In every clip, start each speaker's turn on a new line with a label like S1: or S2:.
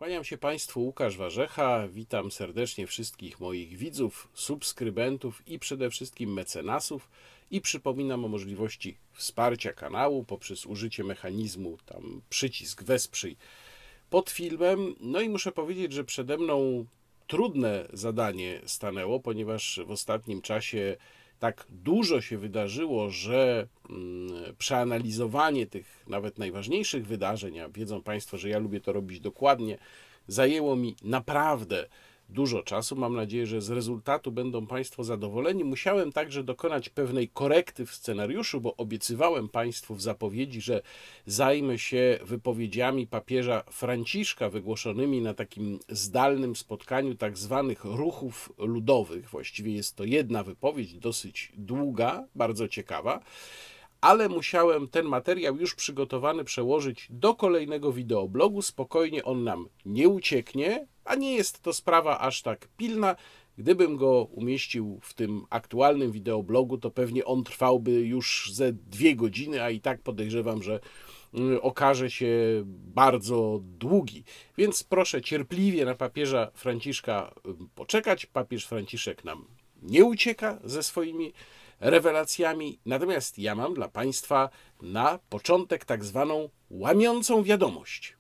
S1: Kłaniam się Państwu, Łukasz Warzecha. Witam serdecznie wszystkich moich widzów, subskrybentów i przede wszystkim mecenasów. I przypominam o możliwości wsparcia kanału poprzez użycie mechanizmu przycisk wesprzyj pod filmem. No i muszę powiedzieć, że przede mną trudne zadanie stanęło, ponieważ w ostatnim czasie tak dużo się wydarzyło, że przeanalizowanie tych nawet najważniejszych wydarzeń, a wiedzą Państwo, że ja lubię to robić dokładnie, zajęło mi naprawdę dużo czasu. Mam nadzieję, że z rezultatu będą Państwo zadowoleni. Musiałem także dokonać pewnej korekty w scenariuszu, bo obiecywałem Państwu w zapowiedzi, że zajmę się wypowiedziami papieża Franciszka wygłoszonymi na takim zdalnym spotkaniu tak zwanych ruchów ludowych. Właściwie jest to jedna wypowiedź, dosyć długa, bardzo ciekawa, ale musiałem ten materiał już przygotowany przełożyć do kolejnego wideoblogu. Spokojnie, on nam nie ucieknie, a nie jest to sprawa aż tak pilna. Gdybym go umieścił w tym aktualnym wideoblogu, to pewnie on trwałby już ze 2 godziny, a i tak podejrzewam, że okaże się bardzo długi. Więc proszę cierpliwie na papieża Franciszka poczekać. Papież Franciszek nam nie ucieka ze swoimi rewelacjami, natomiast ja mam dla Państwa na początek tak zwaną łamiącą wiadomość.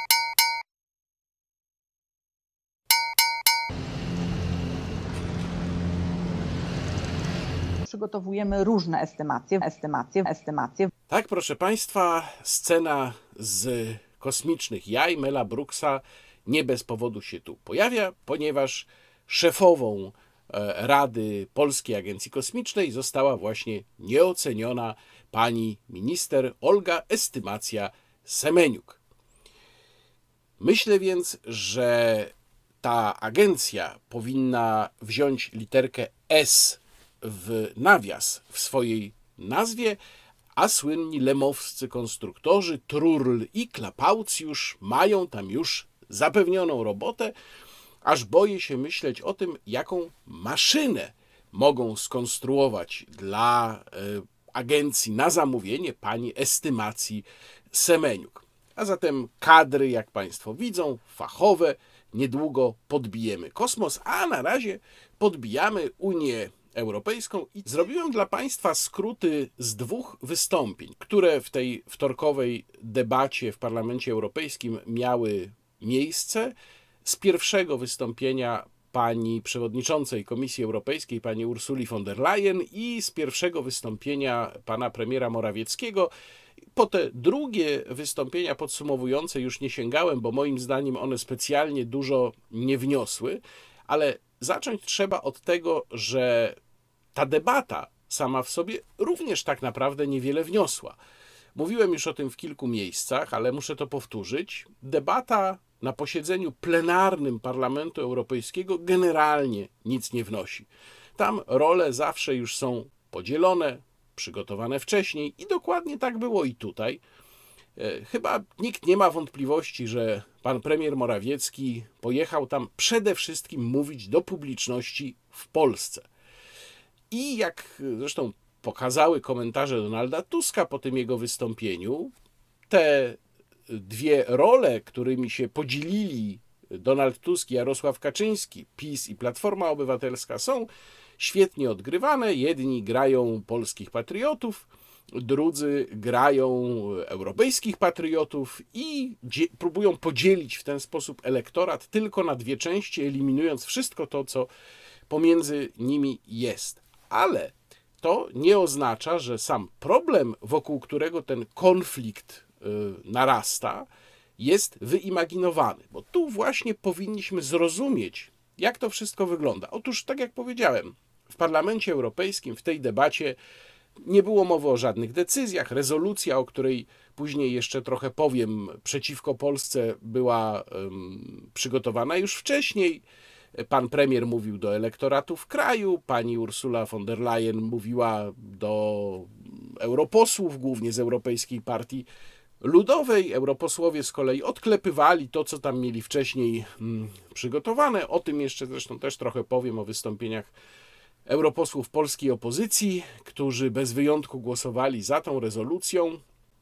S2: Przygotowujemy różne estymacje.
S1: Tak, proszę Państwa, scena z Kosmicznych Jaj Mela Brooksa nie bez powodu się tu pojawia, ponieważ szefową Rady Polskiej Agencji Kosmicznej została właśnie nieoceniona pani minister Olga Estymacja Semeniuk. Myślę więc, że ta agencja powinna wziąć literkę S w nawias w swojej nazwie, a słynni lemowscy konstruktorzy Trurl i Klapaucjusz mają tam już zapewnioną robotę, aż boję się myśleć o tym, jaką maszynę mogą skonstruować dla agencji na zamówienie pani Estymacji Semeniuk. A zatem kadry, jak Państwo widzą, fachowe, niedługo podbijemy kosmos, a na razie podbijamy Unię Europejską i zrobiłem dla Państwa skróty z 2 wystąpień, które w tej wtorkowej debacie w Parlamencie Europejskim miały miejsce. Z pierwszego wystąpienia pani przewodniczącej Komisji Europejskiej, pani Ursuli von der Leyen, i z pierwszego wystąpienia pana premiera Morawieckiego. Po te drugie wystąpienia podsumowujące już nie sięgałem, bo moim zdaniem one specjalnie dużo nie wniosły, ale zacząć trzeba od tego, że ta debata sama w sobie również tak naprawdę niewiele wniosła. Mówiłem już o tym w kilku miejscach, ale muszę to powtórzyć. Debata na posiedzeniu plenarnym Parlamentu Europejskiego generalnie nic nie wnosi. Tam role zawsze już są podzielone, przygotowane wcześniej i dokładnie tak było i tutaj. Chyba nikt nie ma wątpliwości, że pan premier Morawiecki pojechał tam przede wszystkim mówić do publiczności w Polsce. I jak zresztą pokazały komentarze Donalda Tuska po tym jego wystąpieniu, te 2 role, którymi się podzielili Donald Tusk i Jarosław Kaczyński, PiS i Platforma Obywatelska, są świetnie odgrywane. Jedni grają polskich patriotów, drudzy grają europejskich patriotów i próbują podzielić w ten sposób elektorat tylko na 2 części, eliminując wszystko to, co pomiędzy nimi jest. Ale to nie oznacza, że sam problem, wokół którego ten konflikt narasta, jest wyimaginowany, bo tu właśnie powinniśmy zrozumieć, jak to wszystko wygląda. Otóż, tak jak powiedziałem, w Parlamencie Europejskim w tej debacie nie było mowy o żadnych decyzjach. Rezolucja, o której później jeszcze trochę powiem, przeciwko Polsce była przygotowana już wcześniej. Pan premier mówił do elektoratu w kraju, pani Ursula von der Leyen mówiła do europosłów, głównie z Europejskiej Partii Ludowej. Europosłowie z kolei odklepywali to, co tam mieli wcześniej przygotowane. O tym jeszcze zresztą też trochę powiem, o wystąpieniach europosłów polskiej opozycji, którzy bez wyjątku głosowali za tą rezolucją.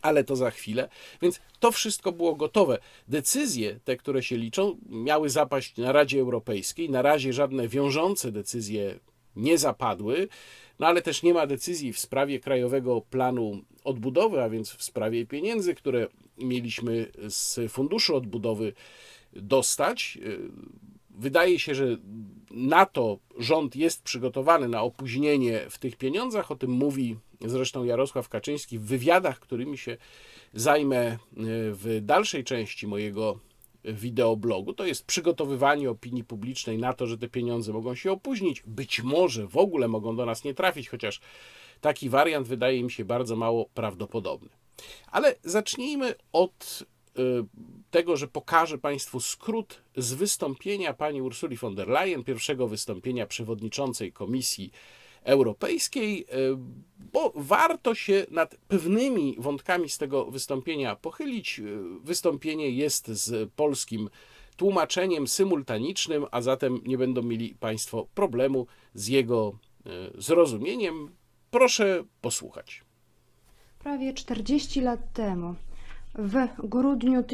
S1: ale to za chwilę. Więc to wszystko było gotowe. Decyzje, te, które się liczą, miały zapaść na Radzie Europejskiej. Na razie żadne wiążące decyzje nie zapadły, no ale też nie ma decyzji w sprawie Krajowego Planu Odbudowy, a więc w sprawie pieniędzy, które mieliśmy z Funduszu Odbudowy dostać. Wydaje się, że na to rząd jest przygotowany, na opóźnienie w tych pieniądzach. O tym mówi zresztą Jarosław Kaczyński w wywiadach, którymi się zajmę w dalszej części mojego wideoblogu. To jest przygotowywanie opinii publicznej na to, że te pieniądze mogą się opóźnić. Być może w ogóle mogą do nas nie trafić, chociaż taki wariant wydaje mi się bardzo mało prawdopodobny. Ale zacznijmy od tego, że pokażę Państwu skrót z wystąpienia pani Ursuli von der Leyen, pierwszego wystąpienia przewodniczącej Komisji Europejskiej, bo warto się nad pewnymi wątkami z tego wystąpienia pochylić. Wystąpienie jest z polskim tłumaczeniem symultanicznym, a zatem nie będą mieli Państwo problemu z jego zrozumieniem. Proszę posłuchać.
S3: Prawie 40 lat temu, w grudniu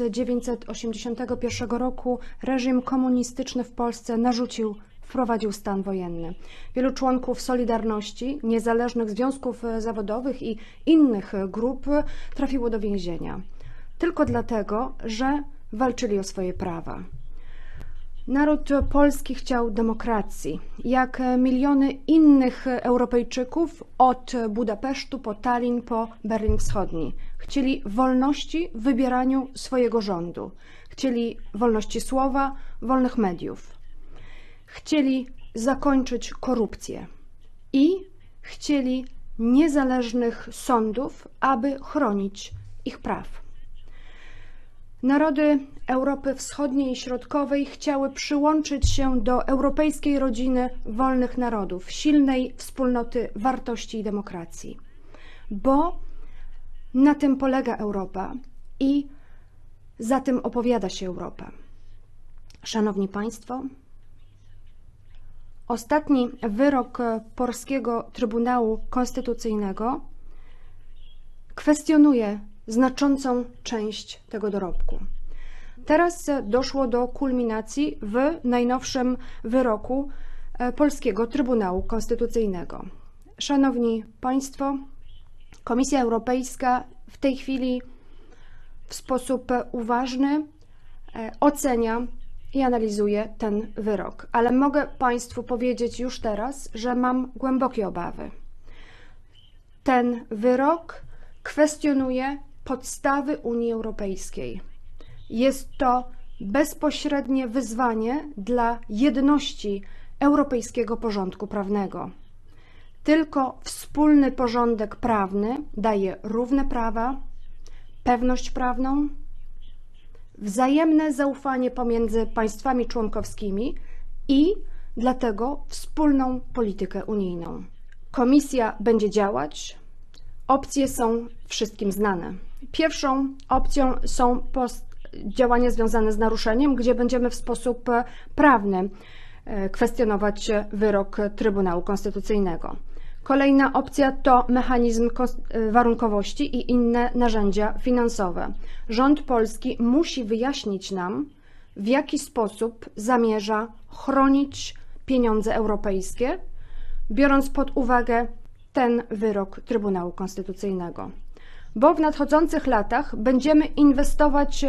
S3: 1981 roku, reżim komunistyczny w Polsce wprowadził stan wojenny. Wielu członków Solidarności, niezależnych związków zawodowych i innych grup trafiło do więzienia. Tylko dlatego, że walczyli o swoje prawa. Naród polski chciał demokracji, jak miliony innych Europejczyków od Budapesztu po Tallin, po Berlin Wschodni. Chcieli wolności w wybieraniu swojego rządu. Chcieli wolności słowa, wolnych mediów. Chcieli zakończyć korupcję i chcieli niezależnych sądów, aby chronić ich praw. Narody Europy Wschodniej i Środkowej chciały przyłączyć się do europejskiej rodziny wolnych narodów, silnej wspólnoty wartości i demokracji. Bo na tym polega Europa i za tym opowiada się Europa. Szanowni Państwo, ostatni wyrok polskiego Trybunału Konstytucyjnego kwestionuje znaczącą część tego dorobku. Teraz doszło do kulminacji w najnowszym wyroku polskiego Trybunału Konstytucyjnego. Szanowni Państwo, Komisja Europejska w tej chwili w sposób uważny ocenia i analizuje ten wyrok, ale mogę Państwu powiedzieć już teraz, że mam głębokie obawy. Ten wyrok kwestionuje podstawy Unii Europejskiej. Jest to bezpośrednie wyzwanie dla jedności europejskiego porządku prawnego. Tylko wspólny porządek prawny daje równe prawa, pewność prawną, wzajemne zaufanie pomiędzy państwami członkowskimi i dlatego wspólną politykę unijną. Komisja będzie działać. Opcje są wszystkim znane. Pierwszą opcją są działania związane z naruszeniem, gdzie będziemy w sposób prawny kwestionować wyrok Trybunału Konstytucyjnego. Kolejna opcja to mechanizm warunkowości i inne narzędzia finansowe. Rząd polski musi wyjaśnić nam, w jaki sposób zamierza chronić pieniądze europejskie, biorąc pod uwagę ten wyrok Trybunału Konstytucyjnego. Bo w nadchodzących latach będziemy inwestować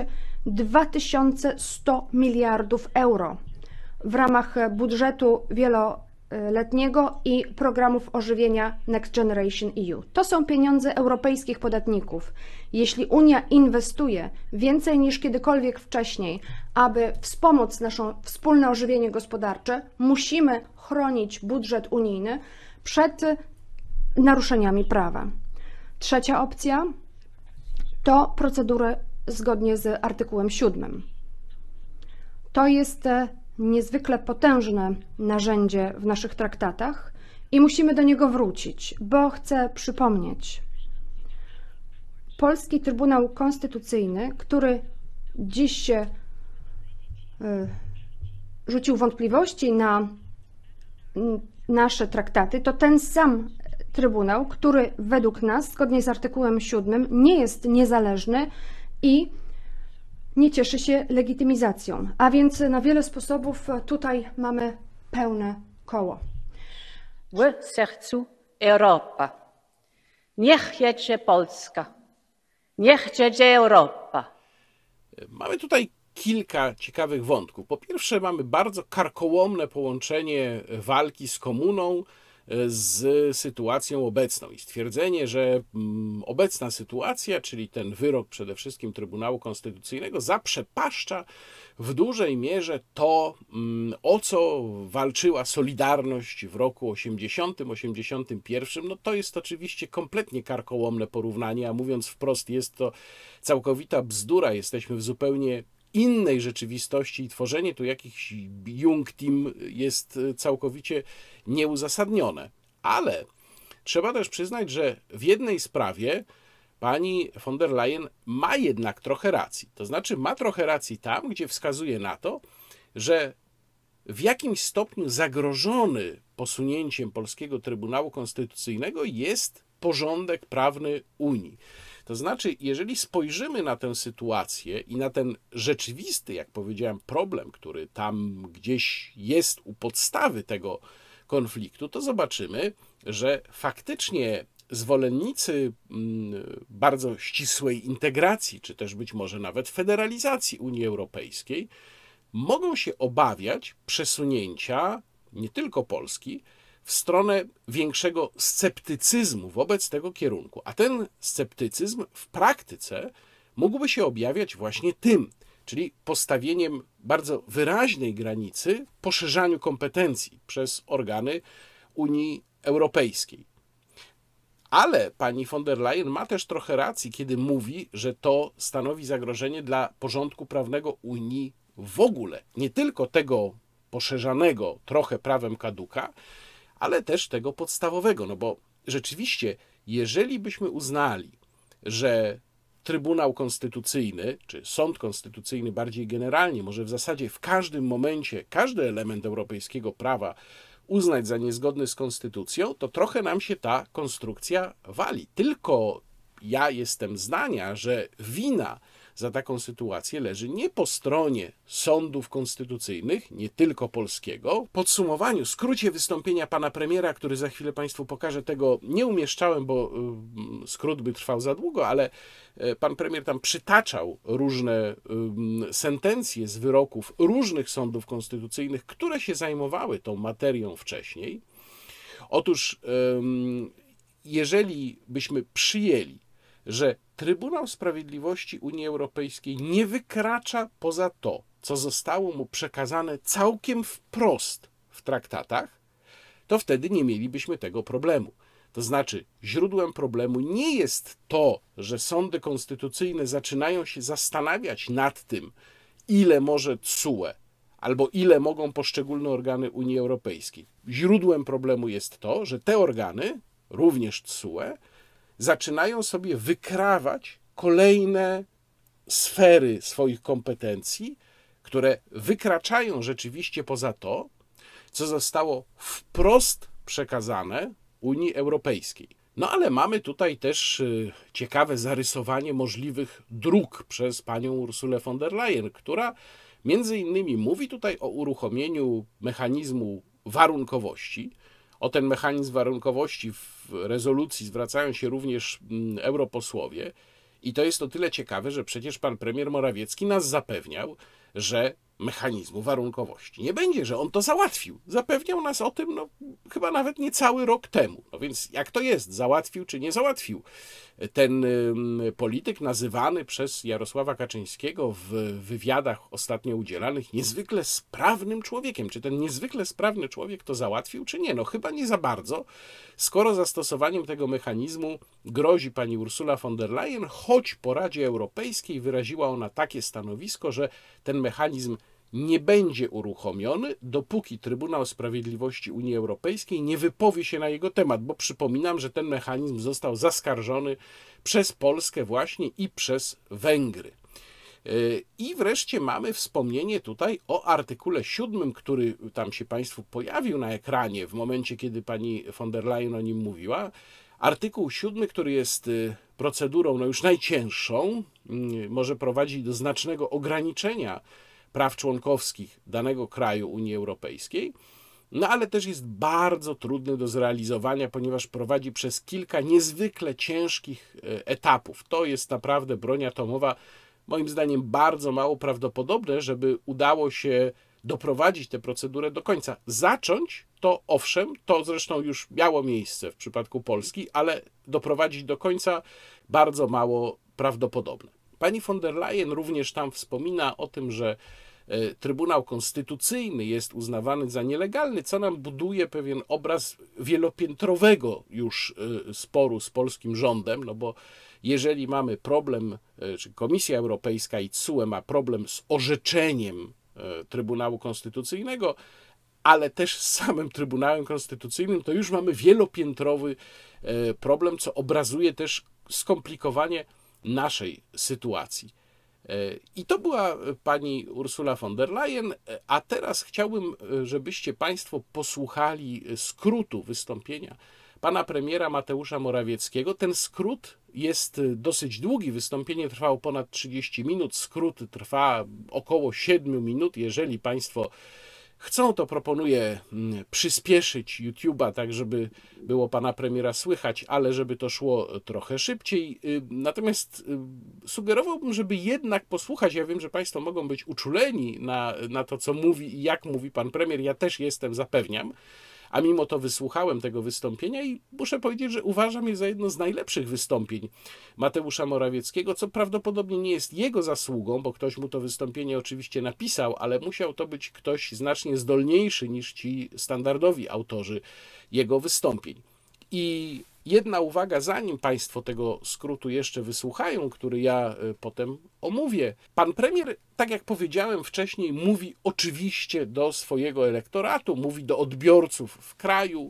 S3: 2100 miliardów euro w ramach budżetu wieloletniego i programów ożywienia Next Generation EU. To są pieniądze europejskich podatników. Jeśli Unia inwestuje więcej niż kiedykolwiek wcześniej, aby wspomóc nasze wspólne ożywienie gospodarcze, musimy chronić budżet unijny przed naruszeniami prawa. Trzecia opcja to procedury zgodnie z artykułem 7. To jest niezwykle potężne narzędzie w naszych traktatach i musimy do niego wrócić, bo chcę przypomnieć, polski Trybunał Konstytucyjny, który dziś rzucił wątpliwości na nasze traktaty, to ten sam Trybunał, który według nas, zgodnie z artykułem 7, nie jest niezależny i nie cieszy się legitymizacją. A więc na wiele sposobów tutaj mamy pełne koło.
S4: W sercu Europa. Niech jedzie Polska. Niech jedzie Europa.
S1: Mamy tutaj kilka ciekawych wątków. Po pierwsze, mamy bardzo karkołomne połączenie walki z komuną z sytuacją obecną i stwierdzenie, że obecna sytuacja, czyli ten wyrok przede wszystkim Trybunału Konstytucyjnego, zaprzepaszcza w dużej mierze to, o co walczyła Solidarność w roku 80-81. No to jest oczywiście kompletnie karkołomne porównanie, a mówiąc wprost, jest to całkowita bzdura. Jesteśmy w zupełnie innej rzeczywistości i tworzenie tu jakichś Jungteam jest całkowicie nieuzasadnione. Ale trzeba też przyznać, że w jednej sprawie pani von der Leyen ma jednak trochę racji. To znaczy ma trochę racji tam, gdzie wskazuje na to, że w jakimś stopniu zagrożony posunięciem polskiego Trybunału Konstytucyjnego jest porządek prawny Unii. To znaczy, jeżeli spojrzymy na tę sytuację i na ten rzeczywisty, jak powiedziałem, problem, który tam gdzieś jest u podstawy tego konfliktu, to zobaczymy, że faktycznie zwolennicy bardzo ścisłej integracji, czy też być może nawet federalizacji Unii Europejskiej, mogą się obawiać przesunięcia nie tylko Polski w stronę większego sceptycyzmu wobec tego kierunku. A ten sceptycyzm w praktyce mógłby się objawiać właśnie tym, czyli postawieniem bardzo wyraźnej granicy poszerzaniu kompetencji przez organy Unii Europejskiej. Ale pani von der Leyen ma też trochę racji, kiedy mówi, że to stanowi zagrożenie dla porządku prawnego Unii w ogóle. Nie tylko tego poszerzanego trochę prawem kaduka, ale też tego podstawowego. No bo rzeczywiście, jeżeli byśmy uznali, że Trybunał Konstytucyjny, czy Sąd Konstytucyjny bardziej generalnie, może w zasadzie w każdym momencie każdy element europejskiego prawa uznać za niezgodny z konstytucją, to trochę nam się ta konstrukcja wali. Tylko ja jestem zdania, że wina za taką sytuację leży nie po stronie sądów konstytucyjnych, nie tylko polskiego. W podsumowaniu, skrócie wystąpienia pana premiera, który za chwilę państwu pokażę, tego nie umieszczałem, bo skrót by trwał za długo, ale pan premier tam przytaczał różne sentencje z wyroków różnych sądów konstytucyjnych, które się zajmowały tą materią wcześniej. Otóż jeżeli byśmy przyjęli, że Trybunał Sprawiedliwości Unii Europejskiej nie wykracza poza to, co zostało mu przekazane całkiem wprost w traktatach, to wtedy nie mielibyśmy tego problemu. To znaczy, źródłem problemu nie jest to, że sądy konstytucyjne zaczynają się zastanawiać nad tym, ile może TSUE albo ile mogą poszczególne organy Unii Europejskiej. Źródłem problemu jest to, że te organy, również TSUE, zaczynają sobie wykrawać kolejne sfery swoich kompetencji, które wykraczają rzeczywiście poza to, co zostało wprost przekazane Unii Europejskiej. No ale mamy tutaj też ciekawe zarysowanie możliwych dróg przez panią Ursulę von der Leyen, która między innymi mówi tutaj o uruchomieniu mechanizmu warunkowości. O ten mechanizm warunkowości w rezolucji zwracają się również europosłowie i to jest o tyle ciekawe, że przecież pan premier Morawiecki nas zapewniał, że mechanizmu warunkowości nie będzie, że on to załatwił. Zapewniał nas o tym chyba nawet niecały rok temu. No więc jak to jest? Załatwił czy nie załatwił? Ten polityk nazywany przez Jarosława Kaczyńskiego w wywiadach ostatnio udzielanych niezwykle sprawnym człowiekiem. Czy ten niezwykle sprawny człowiek to załatwił, czy nie? No chyba nie za bardzo, skoro zastosowaniem tego mechanizmu grozi pani Ursula von der Leyen, choć po Radzie Europejskiej wyraziła ona takie stanowisko, że ten mechanizm nie będzie uruchomiony, dopóki Trybunał Sprawiedliwości Unii Europejskiej nie wypowie się na jego temat, bo przypominam, że ten mechanizm został zaskarżony przez Polskę właśnie i przez Węgry. I wreszcie mamy wspomnienie tutaj o artykule 7, który tam się Państwu pojawił na ekranie w momencie, kiedy pani von der Leyen o nim mówiła. Artykuł 7, który jest procedurą już najcięższą, może prowadzić do znacznego ograniczenia praw członkowskich danego kraju Unii Europejskiej, ale też jest bardzo trudny do zrealizowania, ponieważ prowadzi przez kilka niezwykle ciężkich etapów. To jest naprawdę broń atomowa, moim zdaniem bardzo mało prawdopodobne, żeby udało się doprowadzić tę procedurę do końca. Zacząć to owszem, to zresztą już miało miejsce w przypadku Polski, ale doprowadzić do końca bardzo mało prawdopodobne. Pani von der Leyen również tam wspomina o tym, że Trybunał Konstytucyjny jest uznawany za nielegalny, co nam buduje pewien obraz wielopiętrowego już sporu z polskim rządem, no bo jeżeli mamy problem, czy Komisja Europejska i TSUE ma problem z orzeczeniem Trybunału Konstytucyjnego, ale też z samym Trybunałem Konstytucyjnym, to już mamy wielopiętrowy problem, co obrazuje też skomplikowanie naszej sytuacji. I to była pani Ursula von der Leyen, a teraz chciałbym, żebyście Państwo posłuchali skrótu wystąpienia pana premiera Mateusza Morawieckiego. Ten skrót jest dosyć długi, wystąpienie trwało ponad 30 minut, skrót trwa około 7 minut. Jeżeli Państwo chcą, to proponuję przyspieszyć YouTube'a, tak żeby było pana premiera słychać, ale żeby to szło trochę szybciej. Natomiast sugerowałbym, żeby jednak posłuchać. Ja wiem, że Państwo mogą być uczuleni na to, co mówi i jak mówi pan premier. Ja też jestem, zapewniam. A mimo to wysłuchałem tego wystąpienia i muszę powiedzieć, że uważam je za jedno z najlepszych wystąpień Mateusza Morawieckiego, co prawdopodobnie nie jest jego zasługą, bo ktoś mu to wystąpienie oczywiście napisał, ale musiał to być ktoś znacznie zdolniejszy niż ci standardowi autorzy jego wystąpień. I jedna uwaga, zanim Państwo tego skrótu jeszcze wysłuchają, który ja potem omówię. Pan premier, tak jak powiedziałem wcześniej, mówi oczywiście do swojego elektoratu, mówi do odbiorców w kraju,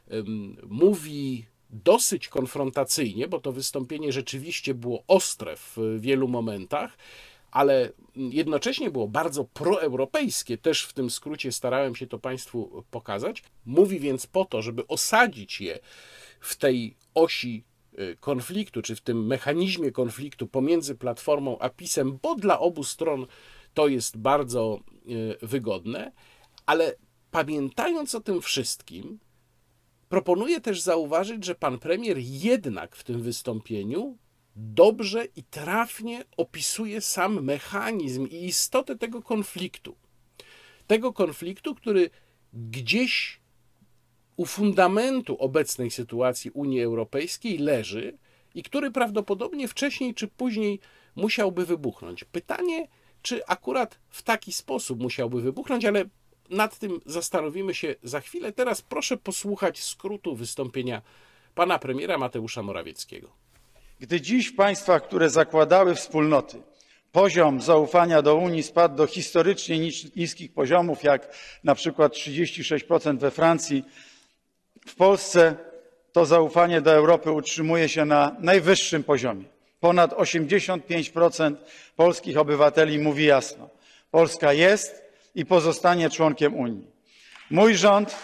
S1: mówi dosyć konfrontacyjnie, bo to wystąpienie rzeczywiście było ostre w wielu momentach, ale jednocześnie było bardzo proeuropejskie, też w tym skrócie starałem się to Państwu pokazać. Mówi więc po to, żeby osadzić je w tej osi konfliktu, czy w tym mechanizmie konfliktu pomiędzy Platformą a PiS-em, bo dla obu stron to jest bardzo wygodne, ale pamiętając o tym wszystkim, proponuję też zauważyć, że pan premier jednak w tym wystąpieniu dobrze i trafnie opisuje sam mechanizm i istotę tego konfliktu. Tego konfliktu, który gdzieś u fundamentu obecnej sytuacji Unii Europejskiej leży i który prawdopodobnie wcześniej czy później musiałby wybuchnąć. Pytanie, czy akurat w taki sposób musiałby wybuchnąć, ale nad tym zastanowimy się za chwilę. Teraz proszę posłuchać skrótu wystąpienia pana premiera Mateusza Morawieckiego.
S5: Gdy dziś w państwach, które zakładały wspólnoty, poziom zaufania do Unii spadł do historycznie niskich poziomów, jak na przykład 36% we Francji, w Polsce to zaufanie do Europy utrzymuje się na najwyższym poziomie. Ponad 85% polskich obywateli mówi jasno: Polska jest i pozostanie członkiem Unii. Mój rząd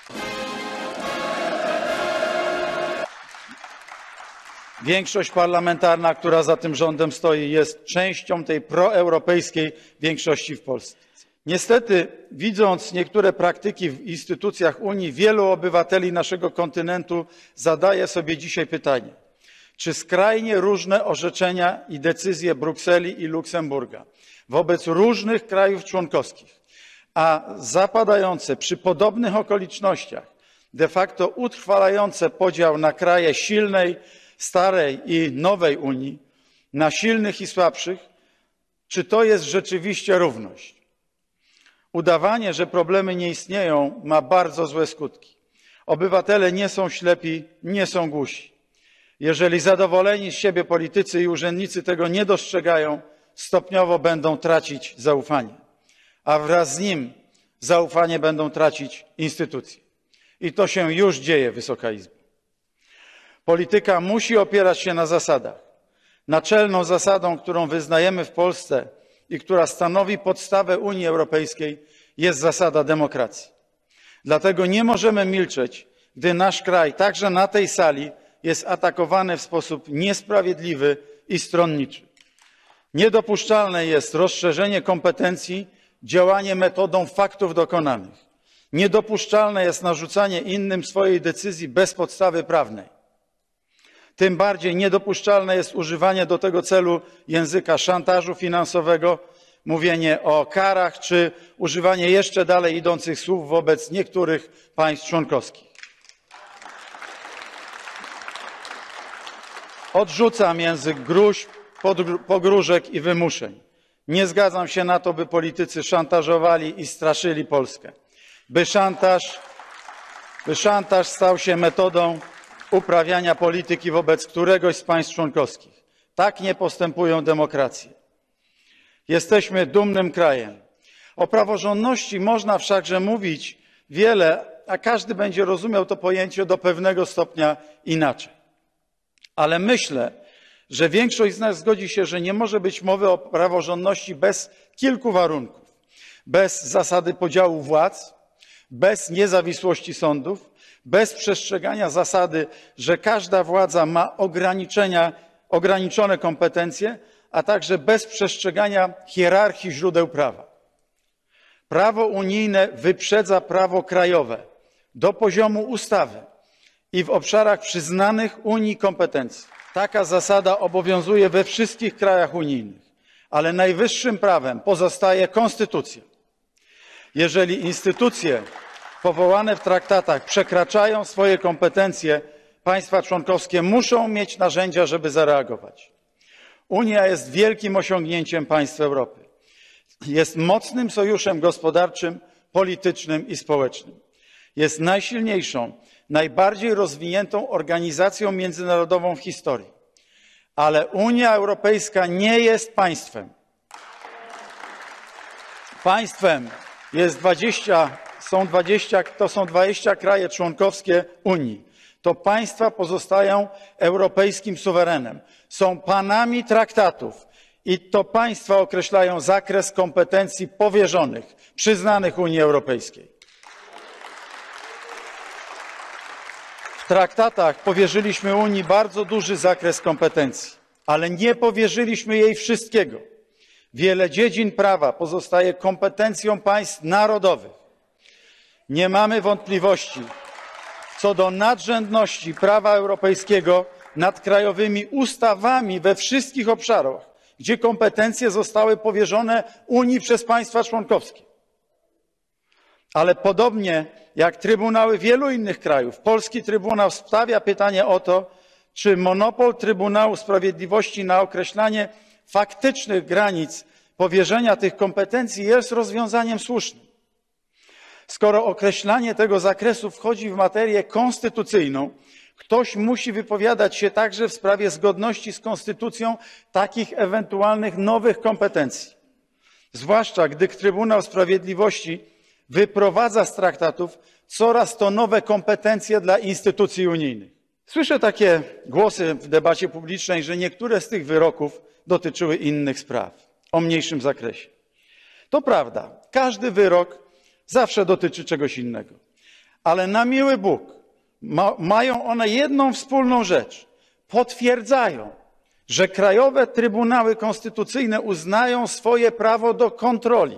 S5: Większość parlamentarna, która za tym rządem stoi, jest częścią tej proeuropejskiej większości w Polsce. Niestety, widząc niektóre praktyki w instytucjach Unii, wielu obywateli naszego kontynentu zadaje sobie dzisiaj pytanie, czy skrajnie różne orzeczenia i decyzje Brukseli i Luksemburga wobec różnych krajów członkowskich, a zapadające przy podobnych okolicznościach, de facto utrwalające podział na kraje silnej, starej i nowej Unii, na silnych i słabszych, czy to jest rzeczywiście równość? Udawanie, że problemy nie istnieją, ma bardzo złe skutki. Obywatele nie są ślepi, nie są głusi. Jeżeli zadowoleni z siebie politycy i urzędnicy tego nie dostrzegają, stopniowo będą tracić zaufanie, a wraz z nim zaufanie będą tracić instytucje. I to się już dzieje, Wysoka Izbo. Polityka musi opierać się na zasadach. Naczelną zasadą, którą wyznajemy w Polsce, i która stanowi podstawę Unii Europejskiej, jest zasada demokracji. Dlatego nie możemy milczeć, gdy nasz kraj, także na tej sali, jest atakowany w sposób niesprawiedliwy i stronniczy. Niedopuszczalne jest rozszerzenie kompetencji, działanie metodą faktów dokonanych. Niedopuszczalne jest narzucanie innym swojej decyzji bez podstawy prawnej. Tym bardziej niedopuszczalne jest używanie do tego celu języka szantażu finansowego, mówienie o karach czy używanie jeszcze dalej idących słów wobec niektórych państw członkowskich. Odrzucam język gruźb, pogróżek i wymuszeń. Nie zgadzam się na to, by politycy szantażowali i straszyli Polskę. By szantaż stał się metodą uprawiania polityki wobec któregoś z państw członkowskich. Tak nie postępują demokracje. Jesteśmy dumnym krajem. O praworządności można wszakże mówić wiele, a każdy będzie rozumiał to pojęcie do pewnego stopnia inaczej. Ale myślę, że większość z nas zgodzi się, że nie może być mowy o praworządności bez kilku warunków. Bez zasady podziału władz, bez niezawisłości sądów, bez przestrzegania zasady, że każda władza ma ograniczone kompetencje, a także bez przestrzegania hierarchii źródeł prawa. Prawo unijne wyprzedza prawo krajowe do poziomu ustawy i w obszarach przyznanych Unii kompetencji. Taka zasada obowiązuje we wszystkich krajach unijnych, ale najwyższym prawem pozostaje konstytucja. Jeżeli instytucje powołane w traktatach przekraczają swoje kompetencje, państwa członkowskie muszą mieć narzędzia, żeby zareagować. Unia jest wielkim osiągnięciem państw Europy. Jest mocnym sojuszem gospodarczym, politycznym i społecznym. Jest najsilniejszą, najbardziej rozwiniętą organizacją międzynarodową w historii. Ale Unia Europejska nie jest państwem. Państwem jest 20 kraje członkowskie Unii. To państwa pozostają europejskim suwerenem. Są panami traktatów i to państwa określają zakres kompetencji powierzonych, przyznanych Unii Europejskiej. W traktatach powierzyliśmy Unii bardzo duży zakres kompetencji, ale nie powierzyliśmy jej wszystkiego. Wiele dziedzin prawa pozostaje kompetencją państw narodowych. Nie mamy wątpliwości co do nadrzędności prawa europejskiego nad krajowymi ustawami we wszystkich obszarach, gdzie kompetencje zostały powierzone Unii przez państwa członkowskie. Ale podobnie jak trybunały wielu innych krajów, polski Trybunał stawia pytanie o to, czy monopol Trybunału Sprawiedliwości na określanie faktycznych granic powierzenia tych kompetencji jest rozwiązaniem słusznym. Skoro określanie tego zakresu wchodzi w materię konstytucyjną, ktoś musi wypowiadać się także w sprawie zgodności z konstytucją takich ewentualnych nowych kompetencji. Zwłaszcza gdy Trybunał Sprawiedliwości wyprowadza z traktatów coraz to nowe kompetencje dla instytucji unijnych. Słyszę takie głosy w debacie publicznej, że niektóre z tych wyroków dotyczyły innych spraw o mniejszym zakresie. To prawda, każdy wyrok zawsze dotyczy czegoś innego. Ale na miły Bóg, mają one jedną wspólną rzecz. Potwierdzają, że krajowe trybunały konstytucyjne uznają swoje prawo do kontroli.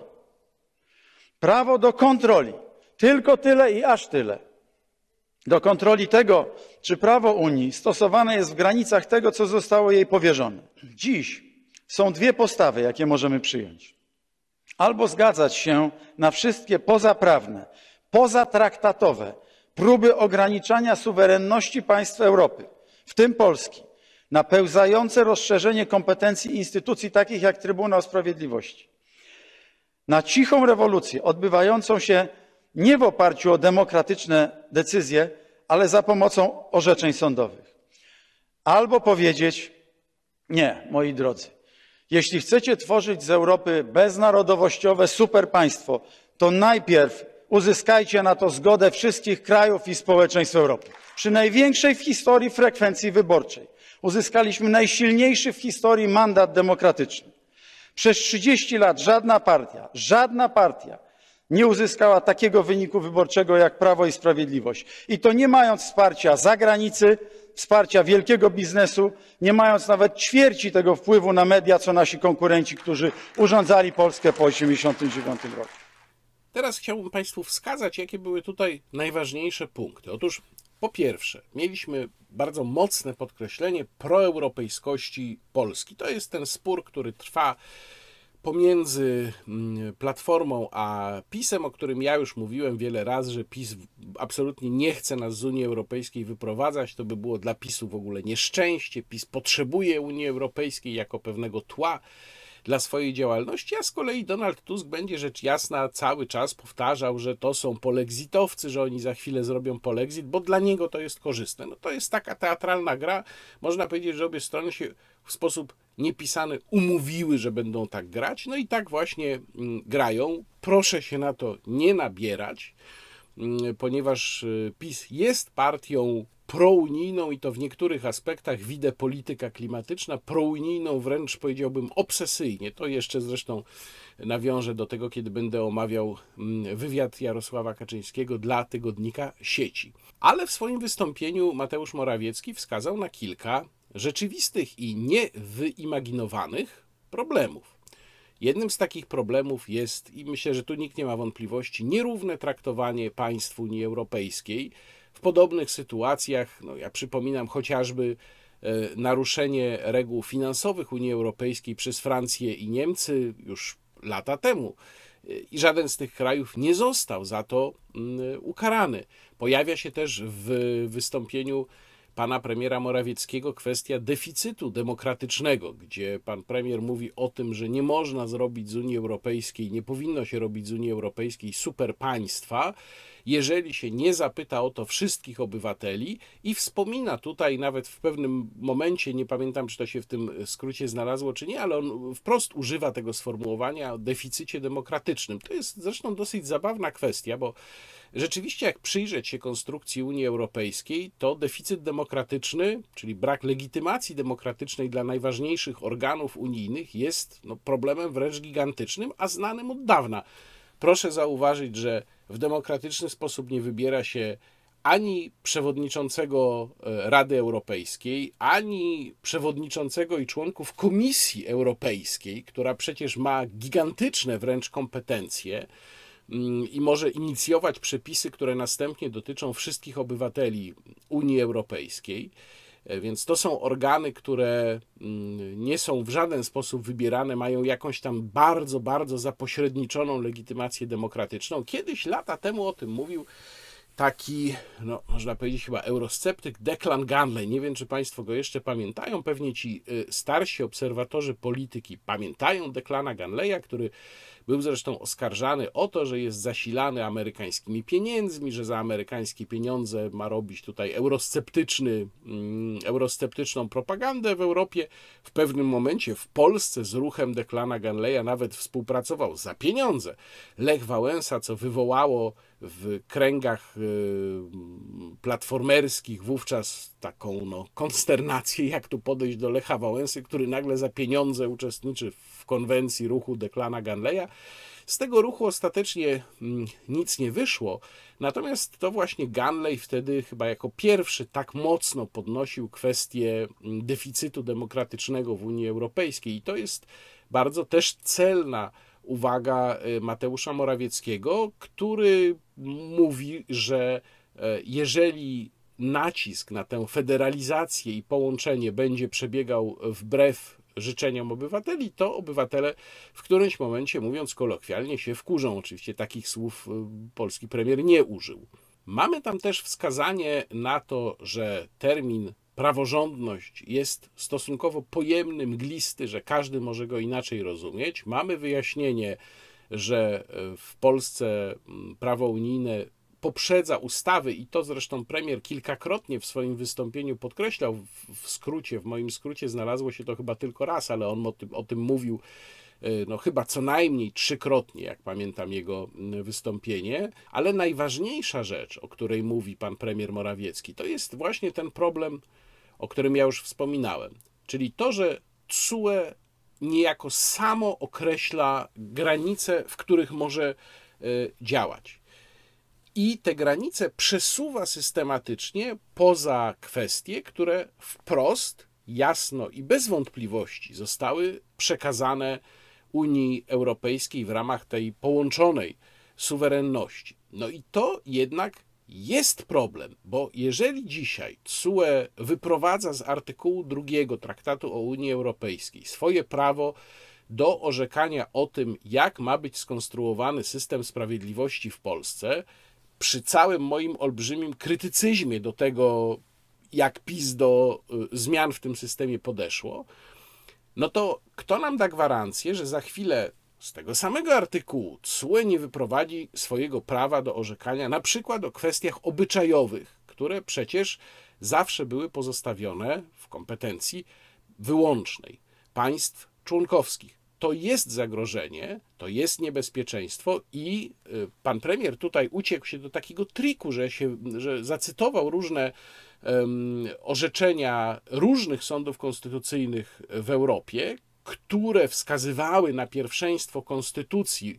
S5: Prawo do kontroli. Tylko tyle i aż tyle. Do kontroli tego, czy prawo Unii stosowane jest w granicach tego, co zostało jej powierzone. Dziś są dwie postawy, jakie możemy przyjąć. Albo zgadzać się na wszystkie pozaprawne, pozatraktatowe próby ograniczania suwerenności państw Europy, w tym Polski, na pełzające rozszerzenie kompetencji instytucji takich jak Trybunał Sprawiedliwości, na cichą rewolucję odbywającą się nie w oparciu o demokratyczne decyzje, ale za pomocą orzeczeń sądowych. Albo powiedzieć: nie, moi drodzy, jeśli chcecie tworzyć z Europy beznarodowościowe superpaństwo, to najpierw uzyskajcie na to zgodę wszystkich krajów i społeczeństw Europy. Przy największej w historii frekwencji wyborczej uzyskaliśmy najsilniejszy w historii mandat demokratyczny. Przez 30 lat żadna partia nie uzyskała takiego wyniku wyborczego jak Prawo i Sprawiedliwość. I to nie mając wsparcia z zagranicy, wsparcia wielkiego biznesu, nie mając nawet ćwierci tego wpływu na media, co nasi konkurenci, którzy urządzali Polskę po 1989 roku.
S1: Teraz chciałbym Państwu wskazać, jakie były tutaj najważniejsze punkty. Otóż po pierwsze, mieliśmy bardzo mocne podkreślenie proeuropejskości Polski. To jest ten spór, który trwa pomiędzy Platformą a PiS-em, o którym ja już mówiłem wiele razy, że PiS absolutnie nie chce nas z Unii Europejskiej wyprowadzać. To by było dla PiS-u w ogóle nieszczęście. PiS potrzebuje Unii Europejskiej jako pewnego tła dla swojej działalności, a z kolei Donald Tusk będzie rzecz jasna cały czas powtarzał, że to są polexitowcy, że oni za chwilę zrobią polexit, bo dla niego to jest korzystne. No to jest taka teatralna gra. Można powiedzieć, że obie strony się w sposób niepisany umówiły, że będą tak grać, no i tak właśnie grają. Proszę się na to nie nabierać, ponieważ PiS jest partią prounijną i to w niektórych aspektach widzę polityka klimatyczna, prounijną wręcz powiedziałbym obsesyjnie. To jeszcze zresztą nawiążę do tego, kiedy będę omawiał wywiad Jarosława Kaczyńskiego dla tygodnika Sieci. Ale w swoim wystąpieniu Mateusz Morawiecki wskazał na kilka rzeczywistych i niewyimaginowanych problemów. Jednym z takich problemów jest, i myślę, że tu nikt nie ma wątpliwości, nierówne traktowanie państw Unii Europejskiej w podobnych sytuacjach. No, ja przypominam chociażby naruszenie reguł finansowych Unii Europejskiej przez Francję i Niemcy już lata temu. I żaden z tych krajów nie został za to ukarany. Pojawia się też w wystąpieniu pana premiera Morawieckiego kwestia deficytu demokratycznego, gdzie pan premier mówi o tym, że nie można zrobić z Unii Europejskiej, nie powinno się robić z Unii Europejskiej super państwa, jeżeli się nie zapyta o to wszystkich obywateli i wspomina tutaj nawet w pewnym momencie, nie pamiętam czy to się w tym skrócie znalazło czy nie, ale on wprost używa tego sformułowania o deficycie demokratycznym. To jest zresztą dosyć zabawna kwestia, bo rzeczywiście jak przyjrzeć się konstrukcji Unii Europejskiej, to deficyt demokratyczny, czyli brak legitymacji demokratycznej dla najważniejszych organów unijnych jest problemem wręcz gigantycznym, a znanym od dawna. Proszę zauważyć, że w demokratyczny sposób nie wybiera się ani przewodniczącego Rady Europejskiej, ani przewodniczącego i członków Komisji Europejskiej, która przecież ma gigantyczne wręcz kompetencje i może inicjować przepisy, które następnie dotyczą wszystkich obywateli Unii Europejskiej. Więc to są organy, które nie są w żaden sposób wybierane, mają jakąś tam bardzo, bardzo zapośredniczoną legitymację demokratyczną. Kiedyś, lata temu o tym mówił taki, można powiedzieć chyba eurosceptyk Declan Gunley. Nie wiem, czy Państwo go jeszcze pamiętają. Pewnie ci starsi obserwatorzy polityki pamiętają Declana Gunleya, który był zresztą oskarżany o to, że jest zasilany amerykańskimi pieniędzmi, że za amerykańskie pieniądze ma robić tutaj eurosceptyczną propagandę w Europie. W pewnym momencie w Polsce z ruchem Declana Gunleya nawet współpracował za pieniądze Lech Wałęsa, co wywołało w kręgach platformerskich wówczas taką konsternację, jak tu podejść do Lecha Wałęsy, który nagle za pieniądze uczestniczy w konwencji ruchu Declana Gunleya. Z tego ruchu ostatecznie nic nie wyszło, natomiast to właśnie Gunley wtedy chyba jako pierwszy tak mocno podnosił kwestię deficytu demokratycznego w Unii Europejskiej i to jest bardzo też celna uwaga Mateusza Morawieckiego, który mówi, że jeżeli nacisk na tę federalizację i połączenie będzie przebiegał wbrew życzeniom obywateli, to obywatele w którymś momencie, mówiąc kolokwialnie, się wkurzą. Oczywiście takich słów polski premier nie użył. Mamy tam też wskazanie na to, że termin praworządność jest stosunkowo pojemny, mglisty, że każdy może go inaczej rozumieć. Mamy wyjaśnienie, że w Polsce prawo unijne poprzedza ustawy i to zresztą premier kilkakrotnie w swoim wystąpieniu podkreślał. W skrócie, w moim skrócie znalazło się to chyba tylko raz, ale on o tym mówił chyba co najmniej 3-krotnie, jak pamiętam jego wystąpienie, ale najważniejsza rzecz, o której mówi pan premier Morawiecki, to jest właśnie ten problem, o którym ja już wspominałem, czyli to, że TSUE niejako samo określa granice, w których może działać. I te granice przesuwa systematycznie poza kwestie, które wprost, jasno i bez wątpliwości zostały przekazane Unii Europejskiej w ramach tej połączonej suwerenności. No i to jednak jest problem, bo jeżeli dzisiaj TSUE wyprowadza z artykułu 2 Traktatu o Unii Europejskiej swoje prawo do orzekania o tym, jak ma być skonstruowany system sprawiedliwości w Polsce, przy całym moim olbrzymim krytycyzmie do tego, jak PiS do zmian w tym systemie podeszło, no to kto nam da gwarancję, że za chwilę z tego samego artykułu TSUE nie wyprowadzi swojego prawa do orzekania na przykład o kwestiach obyczajowych, które przecież zawsze były pozostawione w kompetencji wyłącznej państw członkowskich. To jest zagrożenie, to jest niebezpieczeństwo i pan premier tutaj uciekł się do takiego triku, że zacytował różne orzeczenia różnych sądów konstytucyjnych w Europie, które wskazywały na pierwszeństwo konstytucji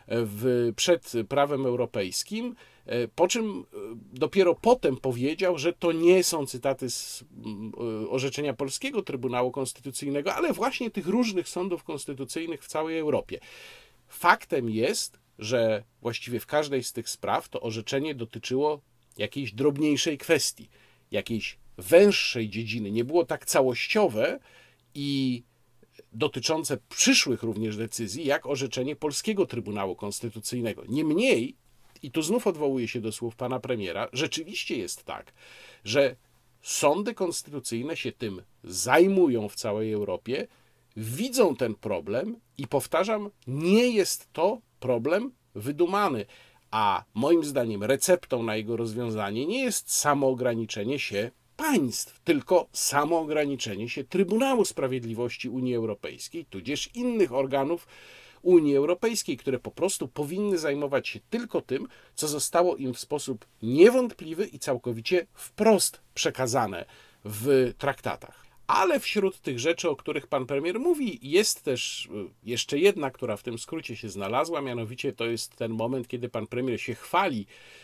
S1: przed prawem europejskim, po czym dopiero potem powiedział, że to nie są cytaty z orzeczenia polskiego Trybunału Konstytucyjnego, ale właśnie tych różnych sądów konstytucyjnych w całej Europie. Faktem jest, że właściwie w każdej z tych spraw to orzeczenie dotyczyło jakiejś drobniejszej kwestii, jakiejś węższej dziedziny. Nie było tak całościowe i dotyczące przyszłych również decyzji, jak orzeczenie polskiego Trybunału Konstytucyjnego. Niemniej, i tu znów odwołuję się do słów pana premiera, rzeczywiście jest tak, że sądy konstytucyjne się tym zajmują w całej Europie, widzą ten problem i powtarzam, nie jest to problem wydumany, a moim zdaniem receptą na jego rozwiązanie nie jest samo ograniczenie się państw, tylko samo ograniczenie się Trybunału Sprawiedliwości Unii Europejskiej, tudzież innych organów Unii Europejskiej, które po prostu powinny zajmować się tylko tym, co zostało im w sposób niewątpliwy i całkowicie wprost przekazane w traktatach. Ale wśród tych rzeczy, o których pan premier mówi, jest też jeszcze jedna, która w tym skrócie się znalazła, mianowicie to jest ten moment, kiedy pan premier się chwali,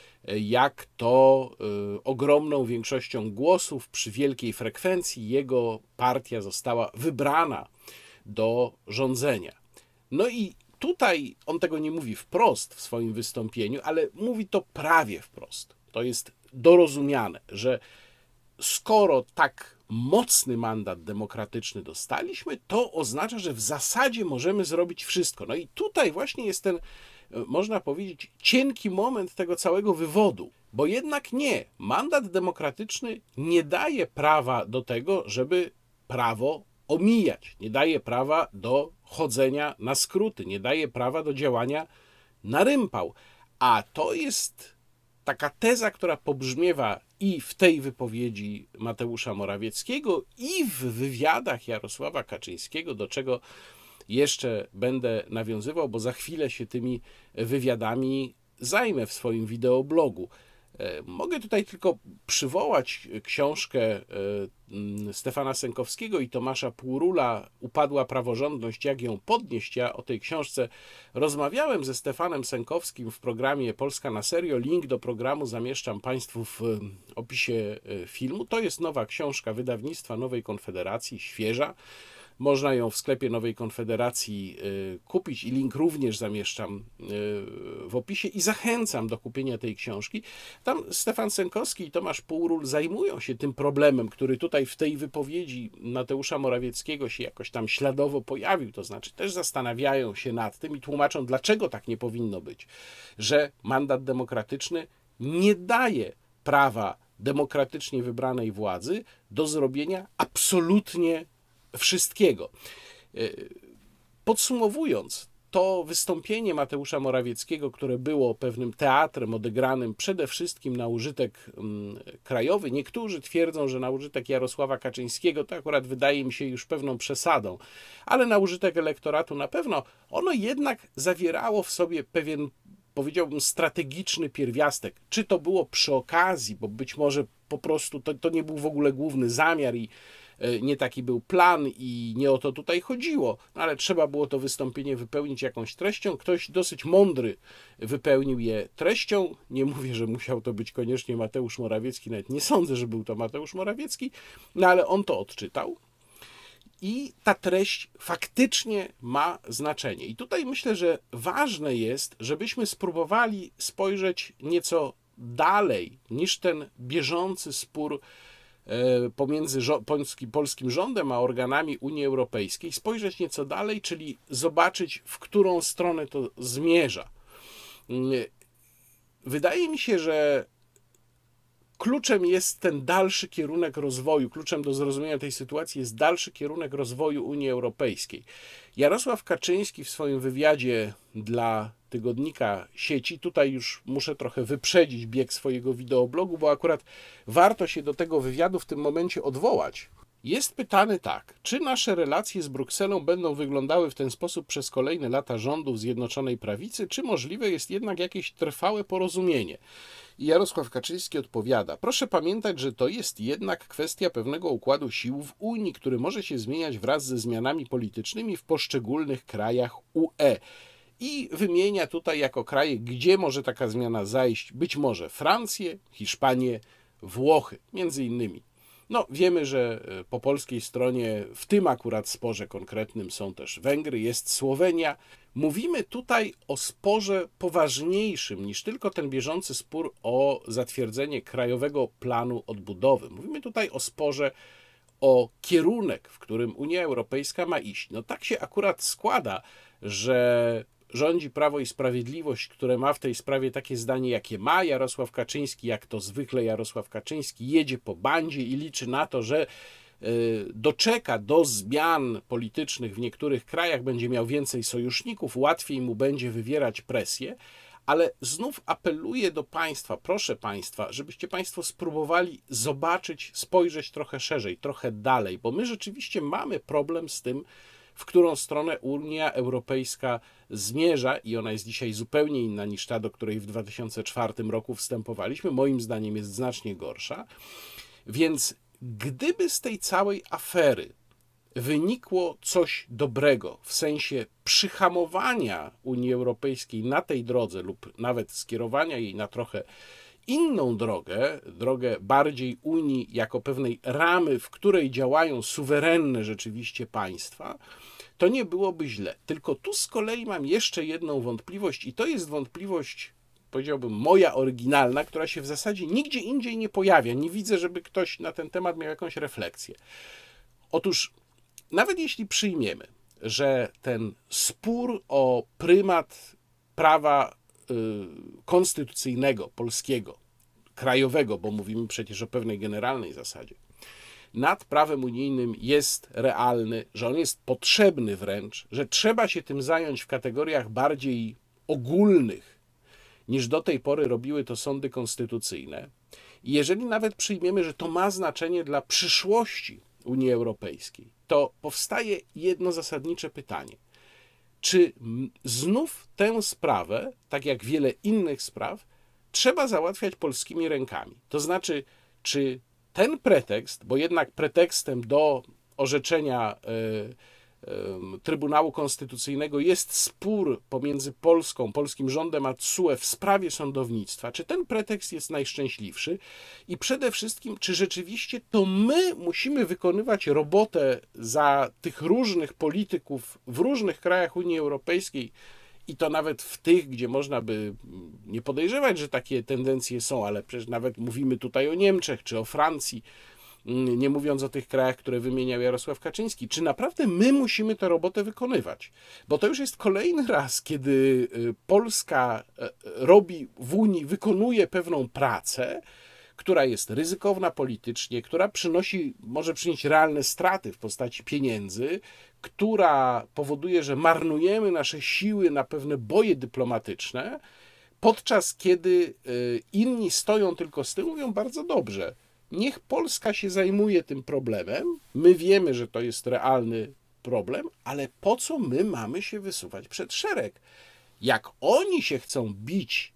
S1: jak to ogromną większością głosów przy wielkiej frekwencji jego partia została wybrana do rządzenia. No i tutaj on tego nie mówi wprost w swoim wystąpieniu, ale mówi to prawie wprost. To jest dorozumiane, że skoro tak mocny mandat demokratyczny dostaliśmy, to oznacza, że w zasadzie możemy zrobić wszystko. No i tutaj właśnie jest ten, można powiedzieć, cienki moment tego całego wywodu, bo jednak nie, mandat demokratyczny nie daje prawa do tego, żeby prawo omijać, nie daje prawa do chodzenia na skróty, nie daje prawa do działania na rympał. A to jest taka teza, która pobrzmiewa i w tej wypowiedzi Mateusza Morawieckiego, i w wywiadach Jarosława Kaczyńskiego, do czego jeszcze będę nawiązywał, bo za chwilę się tymi wywiadami zajmę w swoim wideoblogu. Mogę tutaj tylko przywołać książkę Stefana Sękowskiego i Tomasza Półrula Upadła praworządność, jak ją podnieść. Ja o tej książce rozmawiałem ze Stefanem Sękowskim w programie Polska na serio. Link do programu zamieszczam Państwu w opisie filmu. To jest nowa książka wydawnictwa Nowej Konfederacji, świeża. Można ją w sklepie Nowej Konfederacji kupić i link również zamieszczam w opisie i zachęcam do kupienia tej książki. Tam Stefan Sękowski i Tomasz Półról zajmują się tym problemem, który tutaj w tej wypowiedzi Mateusza Morawieckiego się jakoś tam śladowo pojawił, to znaczy też zastanawiają się nad tym i tłumaczą, dlaczego tak nie powinno być, że mandat demokratyczny nie daje prawa demokratycznie wybranej władzy do zrobienia absolutnie wszystkiego. Podsumowując, to wystąpienie Mateusza Morawieckiego, które było pewnym teatrem odegranym przede wszystkim na użytek krajowy, niektórzy twierdzą, że na użytek Jarosława Kaczyńskiego, to akurat wydaje mi się już pewną przesadą, ale na użytek elektoratu na pewno, ono jednak zawierało w sobie pewien, powiedziałbym, strategiczny pierwiastek. Czy to było przy okazji, bo być może po prostu to nie był w ogóle główny zamiar i nie taki był plan i nie o to tutaj chodziło, no ale trzeba było to wystąpienie wypełnić jakąś treścią. Ktoś dosyć mądry wypełnił je treścią. Nie mówię, że musiał to być koniecznie Mateusz Morawiecki, nawet nie sądzę, że był to Mateusz Morawiecki, no ale on to odczytał. I ta treść faktycznie ma znaczenie. I tutaj myślę, że ważne jest, żebyśmy spróbowali spojrzeć nieco dalej niż ten bieżący spór pomiędzy polskim rządem a organami Unii Europejskiej, spojrzeć nieco dalej, czyli zobaczyć, w którą stronę to zmierza. Wydaje mi się, że kluczem jest ten dalszy kierunek rozwoju, kluczem do zrozumienia tej sytuacji jest dalszy kierunek rozwoju Unii Europejskiej. Jarosław Kaczyński w swoim wywiadzie dla tygodnika Sieci, tutaj już muszę trochę wyprzedzić bieg swojego wideoblogu, bo akurat warto się do tego wywiadu w tym momencie odwołać. Jest pytany tak, czy nasze relacje z Brukselą będą wyglądały w ten sposób przez kolejne lata rządów Zjednoczonej Prawicy, czy możliwe jest jednak jakieś trwałe porozumienie? I Jarosław Kaczyński odpowiada: proszę pamiętać, że to jest jednak kwestia pewnego układu sił w Unii, który może się zmieniać wraz ze zmianami politycznymi w poszczególnych krajach UE. I wymienia tutaj jako kraje, gdzie może taka zmiana zajść, być może Francję, Hiszpanię, Włochy, między innymi. No, wiemy, że po polskiej stronie w tym akurat sporze konkretnym są też Węgry, jest Słowenia. Mówimy tutaj o sporze poważniejszym niż tylko ten bieżący spór o zatwierdzenie Krajowego Planu Odbudowy. Mówimy tutaj o sporze o kierunek, w którym Unia Europejska ma iść. No tak się akurat składa, że rządzi Prawo i Sprawiedliwość, które ma w tej sprawie takie zdanie, jakie ma. Jarosław Kaczyński, jak to zwykle Jarosław Kaczyński, jedzie po bandzie i liczy na to, że doczeka do zmian politycznych w niektórych krajach, będzie miał więcej sojuszników, łatwiej mu będzie wywierać presję, ale znów apeluję do Państwa, proszę Państwa, żebyście Państwo spróbowali zobaczyć, spojrzeć trochę szerzej, trochę dalej, bo my rzeczywiście mamy problem z tym, w którą stronę Unia Europejska zmierza i ona jest dzisiaj zupełnie inna niż ta, do której w 2004 roku wstępowaliśmy. Moim zdaniem jest znacznie gorsza. Więc gdyby z tej całej afery wynikło coś dobrego w sensie przyhamowania Unii Europejskiej na tej drodze lub nawet skierowania jej na trochę inną drogę bardziej Unii jako pewnej ramy, w której działają suwerenne rzeczywiście państwa, to nie byłoby źle. Tylko tu z kolei mam jeszcze jedną wątpliwość i to jest wątpliwość, powiedziałbym, moja oryginalna, która się w zasadzie nigdzie indziej nie pojawia. Nie widzę, żeby ktoś na ten temat miał jakąś refleksję. Otóż nawet jeśli przyjmiemy, że ten spór o prymat prawa konstytucyjnego, polskiego, krajowego, bo mówimy przecież o pewnej generalnej zasadzie, nad prawem unijnym jest realny, że on jest potrzebny wręcz, że trzeba się tym zająć w kategoriach bardziej ogólnych, niż do tej pory robiły to sądy konstytucyjne. I jeżeli nawet przyjmiemy, że to ma znaczenie dla przyszłości Unii Europejskiej, to powstaje jedno zasadnicze pytanie. Czy znów tę sprawę, tak jak wiele innych spraw, trzeba załatwiać polskimi rękami? To znaczy, czy ten pretekst, bo jednak pretekstem do orzeczenia Trybunału Konstytucyjnego jest spór pomiędzy polskim rządem a TSUE w sprawie sądownictwa, czy ten pretekst jest najszczęśliwszy i przede wszystkim, czy rzeczywiście to my musimy wykonywać robotę za tych różnych polityków w różnych krajach Unii Europejskiej i to nawet w tych, gdzie można by nie podejrzewać, że takie tendencje są, ale przecież nawet mówimy tutaj o Niemczech czy o Francji, nie mówiąc o tych krajach, które wymieniał Jarosław Kaczyński. Czy naprawdę my musimy tę robotę wykonywać? Bo to już jest kolejny raz, kiedy Polska robi w Unii, wykonuje pewną pracę, która jest ryzykowna politycznie, która może przynieść realne straty w postaci pieniędzy, która powoduje, że marnujemy nasze siły na pewne boje dyplomatyczne, podczas kiedy inni stoją tylko z tyłu, mówią bardzo dobrze. Niech Polska się zajmuje tym problemem. My wiemy, że to jest realny problem, ale po co my mamy się wysuwać przed szereg? Jak oni się chcą bić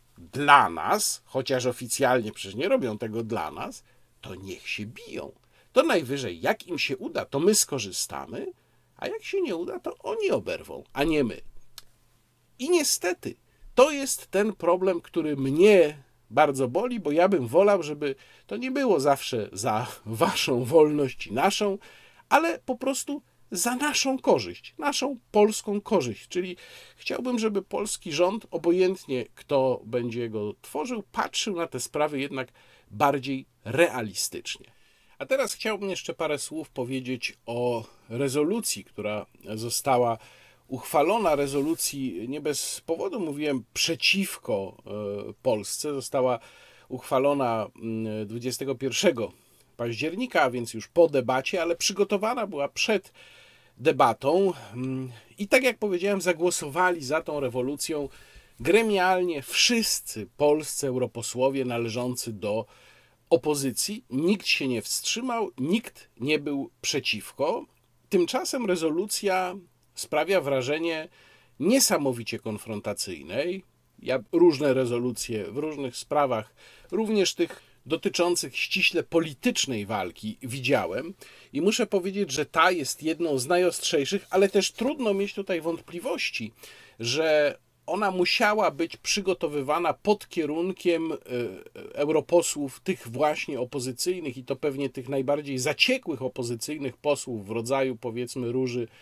S1: dla nas, chociaż oficjalnie przecież nie robią tego dla nas, to niech się biją. To najwyżej, jak im się uda, to my skorzystamy, a jak się nie uda, to oni oberwą, a nie my. I niestety, to jest ten problem, który mnie bardzo boli, bo ja bym wolał, żeby to nie było zawsze za waszą wolność i naszą, ale po prostu za naszą korzyść, naszą polską korzyść. Czyli chciałbym, żeby polski rząd, obojętnie kto będzie go tworzył, patrzył na te sprawy jednak bardziej realistycznie. A teraz chciałbym jeszcze parę słów powiedzieć o rezolucji, która została uchwalona, rezolucji nie bez powodu, mówiłem, przeciwko Polsce. Została uchwalona 21 października, a więc już po debacie, ale przygotowana była przed debatą. I tak jak powiedziałem, zagłosowali za tą rewolucją gremialnie wszyscy polscy europosłowie należący do opozycji. Nikt się nie wstrzymał, nikt nie był przeciwko. Tymczasem rezolucja sprawia wrażenie niesamowicie konfrontacyjnej. Ja różne rezolucje w różnych sprawach, również tych dotyczących ściśle politycznej walki widziałem i muszę powiedzieć, że ta jest jedną z najostrzejszych, ale też trudno mieć tutaj wątpliwości, że ona musiała być przygotowywana pod kierunkiem europosłów, tych właśnie opozycyjnych i to pewnie tych najbardziej zaciekłych opozycyjnych posłów w rodzaju, powiedzmy,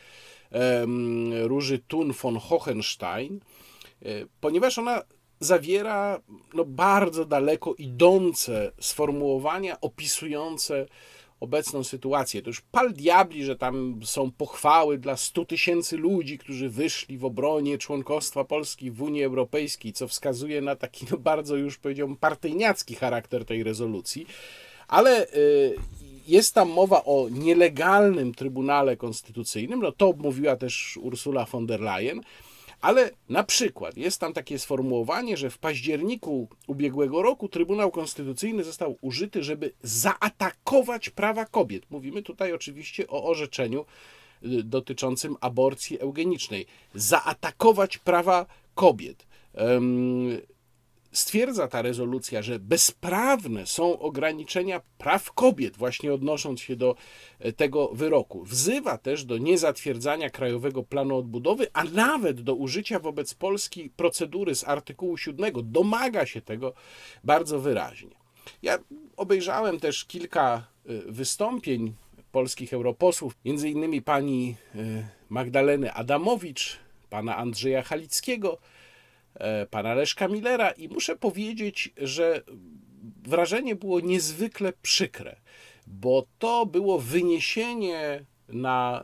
S1: Róży Thun von Hohenstein, ponieważ ona zawiera bardzo daleko idące sformułowania opisujące obecną sytuację. To już pal diabli, że tam są pochwały dla 100 000 ludzi, którzy wyszli w obronie członkostwa Polski w Unii Europejskiej, co wskazuje na taki bardzo, już powiedziałbym, partyjniacki charakter tej rezolucji, ale jest tam mowa o nielegalnym Trybunale Konstytucyjnym, to mówiła też Ursula von der Leyen, ale na przykład jest tam takie sformułowanie, że w październiku ubiegłego roku Trybunał Konstytucyjny został użyty, żeby zaatakować prawa kobiet. Mówimy tutaj oczywiście o orzeczeniu dotyczącym aborcji eugenicznej. Zaatakować prawa kobiet. Stwierdza ta rezolucja, że bezprawne są ograniczenia praw kobiet, właśnie odnosząc się do tego wyroku. Wzywa też do niezatwierdzania Krajowego Planu Odbudowy, a nawet do użycia wobec Polski procedury z artykułu 7. Domaga się tego bardzo wyraźnie. Ja obejrzałem też kilka wystąpień polskich europosłów, między innymi pani Magdaleny Adamowicz, pana Andrzeja Halickiego, pana Leszka Millera i muszę powiedzieć, że wrażenie było niezwykle przykre, bo to było wyniesienie na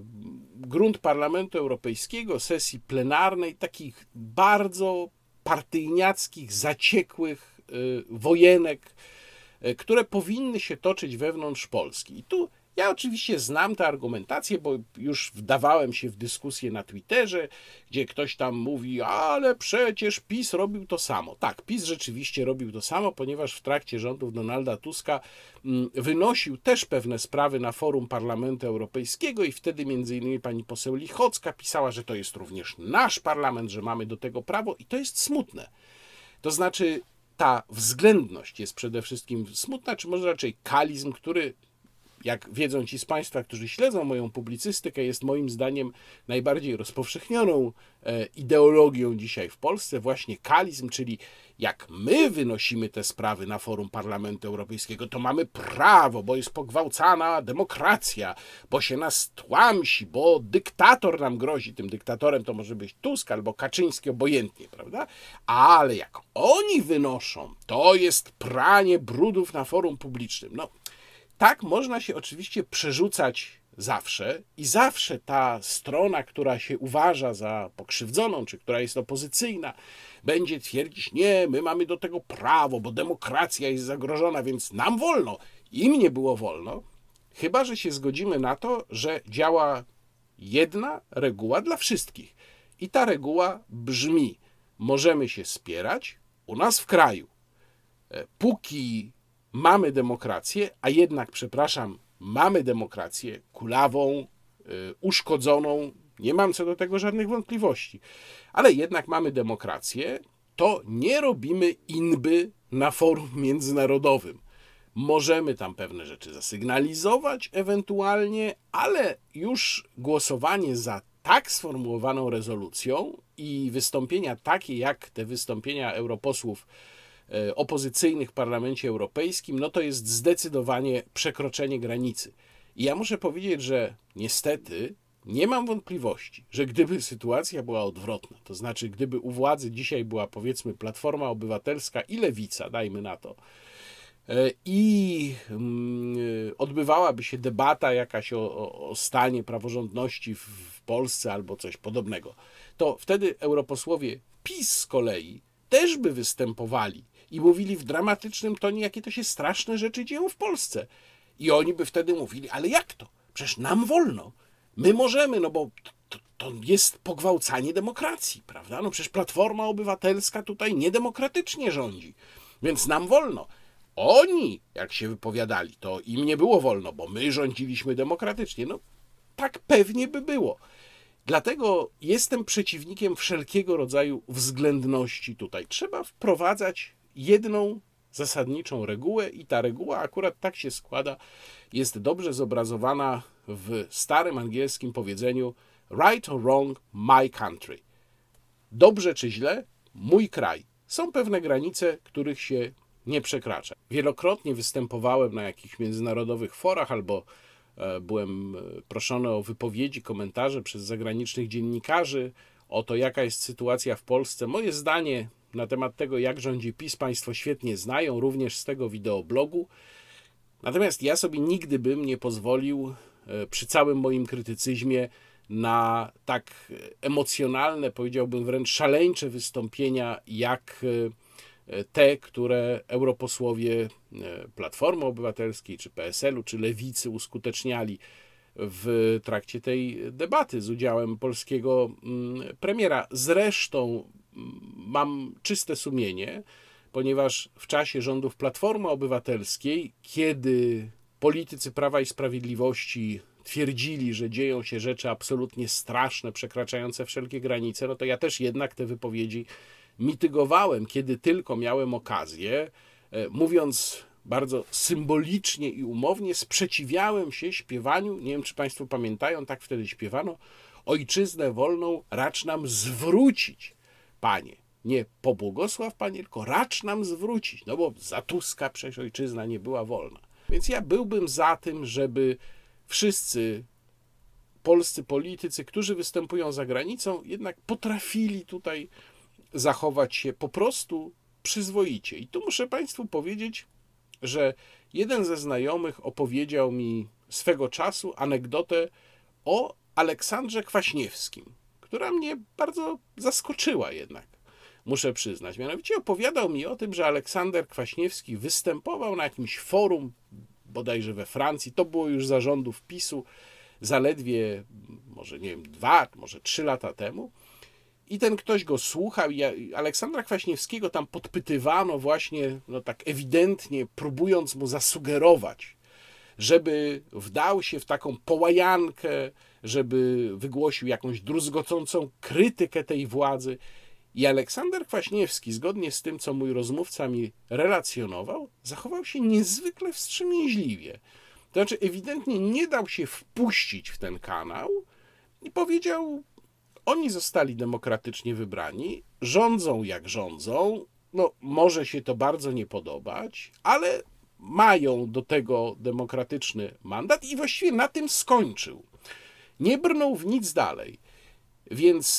S1: grunt Parlamentu Europejskiego, sesji plenarnej, takich bardzo partyjniackich, zaciekłych wojenek, które powinny się toczyć wewnątrz Polski. I tu ja oczywiście znam tę argumentację, bo już wdawałem się w dyskusję na Twitterze, gdzie ktoś tam mówi, ale przecież PiS robił to samo. Tak, PiS rzeczywiście robił to samo, ponieważ w trakcie rządów Donalda Tuska wynosił też pewne sprawy na forum Parlamentu Europejskiego i wtedy między innymi pani poseł Lichocka pisała, że to jest również nasz parlament, że mamy do tego prawo i to jest smutne. To znaczy ta względność jest przede wszystkim smutna, czy może raczej kalizm, który, jak wiedzą ci z Państwa, którzy śledzą moją publicystykę, jest moim zdaniem najbardziej rozpowszechnioną ideologią dzisiaj w Polsce, właśnie kalizm, czyli jak my wynosimy te sprawy na forum Parlamentu Europejskiego, to mamy prawo, bo jest pogwałcana demokracja, bo się nas tłamsi, bo dyktator nam grozi. Tym dyktatorem to może być Tusk albo Kaczyński, obojętnie, prawda? Ale jak oni wynoszą, to jest pranie brudów na forum publicznym. Tak, można się oczywiście przerzucać zawsze i zawsze ta strona, która się uważa za pokrzywdzoną, czy która jest opozycyjna, będzie twierdzić, nie, my mamy do tego prawo, bo demokracja jest zagrożona, więc nam wolno. Im nie było wolno, chyba że się zgodzimy na to, że działa jedna reguła dla wszystkich. I ta reguła brzmi, możemy się spierać u nas w kraju. Póki mamy demokrację, a jednak, przepraszam, mamy demokrację kulawą, uszkodzoną, nie mam co do tego żadnych wątpliwości, ale jednak mamy demokrację, to nie robimy inby na forum międzynarodowym. możemy tam pewne rzeczy zasygnalizować ewentualnie, ale już głosowanie za tak sformułowaną rezolucją i wystąpienia takie jak te wystąpienia europosłów opozycyjnych w Parlamencie Europejskim, no to jest zdecydowanie przekroczenie granicy. I ja muszę powiedzieć, że niestety nie mam wątpliwości, że gdyby sytuacja była odwrotna, to znaczy gdyby u władzy dzisiaj była powiedzmy Platforma Obywatelska i Lewica, dajmy na to, i odbywałaby się debata jakaś o stanie praworządności w Polsce albo coś podobnego, to wtedy europosłowie PiS z kolei też by występowali i mówili w dramatycznym tonie, jakie to się straszne rzeczy dzieją w Polsce. I oni by wtedy mówili, ale jak to? Przecież nam wolno. My możemy, no bo to jest pogwałcanie demokracji, prawda? No przecież Platforma Obywatelska tutaj niedemokratycznie rządzi, więc nam wolno. Oni, jak się wypowiadali, to im nie było wolno, bo my rządziliśmy demokratycznie. No tak pewnie by było. Dlatego jestem przeciwnikiem wszelkiego rodzaju względności tutaj. Trzeba wprowadzać jedną zasadniczą regułę i ta reguła akurat tak się składa, jest dobrze zobrazowana w starym angielskim powiedzeniu right or wrong, my country. Dobrze czy źle, mój kraj. Są pewne granice, których się nie przekracza. Wielokrotnie występowałem na jakichś międzynarodowych forach albo byłem proszony o wypowiedzi, komentarze przez zagranicznych dziennikarzy o to, jaka jest sytuacja w Polsce. Moje zdanie na temat tego, jak rządzi PiS, Państwo świetnie znają, również z tego wideoblogu. Natomiast ja sobie nigdy bym nie pozwolił przy całym moim krytycyzmie na tak emocjonalne, powiedziałbym wręcz szaleńcze wystąpienia, jak te, które europosłowie Platformy Obywatelskiej, czy PSL-u, czy Lewicy uskuteczniali w trakcie tej debaty z udziałem polskiego premiera. Zresztą mam czyste sumienie, ponieważ w czasie rządów Platformy Obywatelskiej, kiedy politycy Prawa i Sprawiedliwości twierdzili, że dzieją się rzeczy absolutnie straszne, przekraczające wszelkie granice, no to ja też jednak te wypowiedzi mitygowałem, kiedy tylko miałem okazję, mówiąc bardzo symbolicznie i umownie, sprzeciwiałem się śpiewaniu, nie wiem czy Państwo pamiętają, tak wtedy śpiewano, ojczyznę wolną racz nam zwrócić, Panie. Nie pobłogosław, Panie, tylko racz nam zwrócić, no bo za Tuska przecież ojczyzna nie była wolna. Więc ja byłbym za tym, żeby wszyscy polscy politycy, którzy występują za granicą, jednak potrafili tutaj zachować się po prostu przyzwoicie. I tu muszę Państwu powiedzieć, że jeden ze znajomych opowiedział mi swego czasu anegdotę o Aleksandrze Kwaśniewskim, która mnie bardzo zaskoczyła jednak, muszę przyznać. Mianowicie opowiadał mi o tym, że Aleksander Kwaśniewski występował na jakimś forum, bodajże we Francji, to było już za rządów PiS-u, zaledwie, może nie wiem, 2, może 3 lata temu. I ten ktoś go słuchał i Aleksandra Kwaśniewskiego tam podpytywano właśnie, no tak ewidentnie próbując mu zasugerować, żeby wdał się w taką połajankę, żeby wygłosił jakąś druzgocącą krytykę tej władzy. I Aleksander Kwaśniewski, zgodnie z tym, co mój rozmówca mi relacjonował, zachował się niezwykle wstrzemięźliwie. To znaczy ewidentnie nie dał się wpuścić w ten kanał i powiedział: oni zostali demokratycznie wybrani, rządzą jak rządzą, no może się to bardzo nie podobać, ale mają do tego demokratyczny mandat i właściwie na tym skończył. Nie brnął w nic dalej. Więc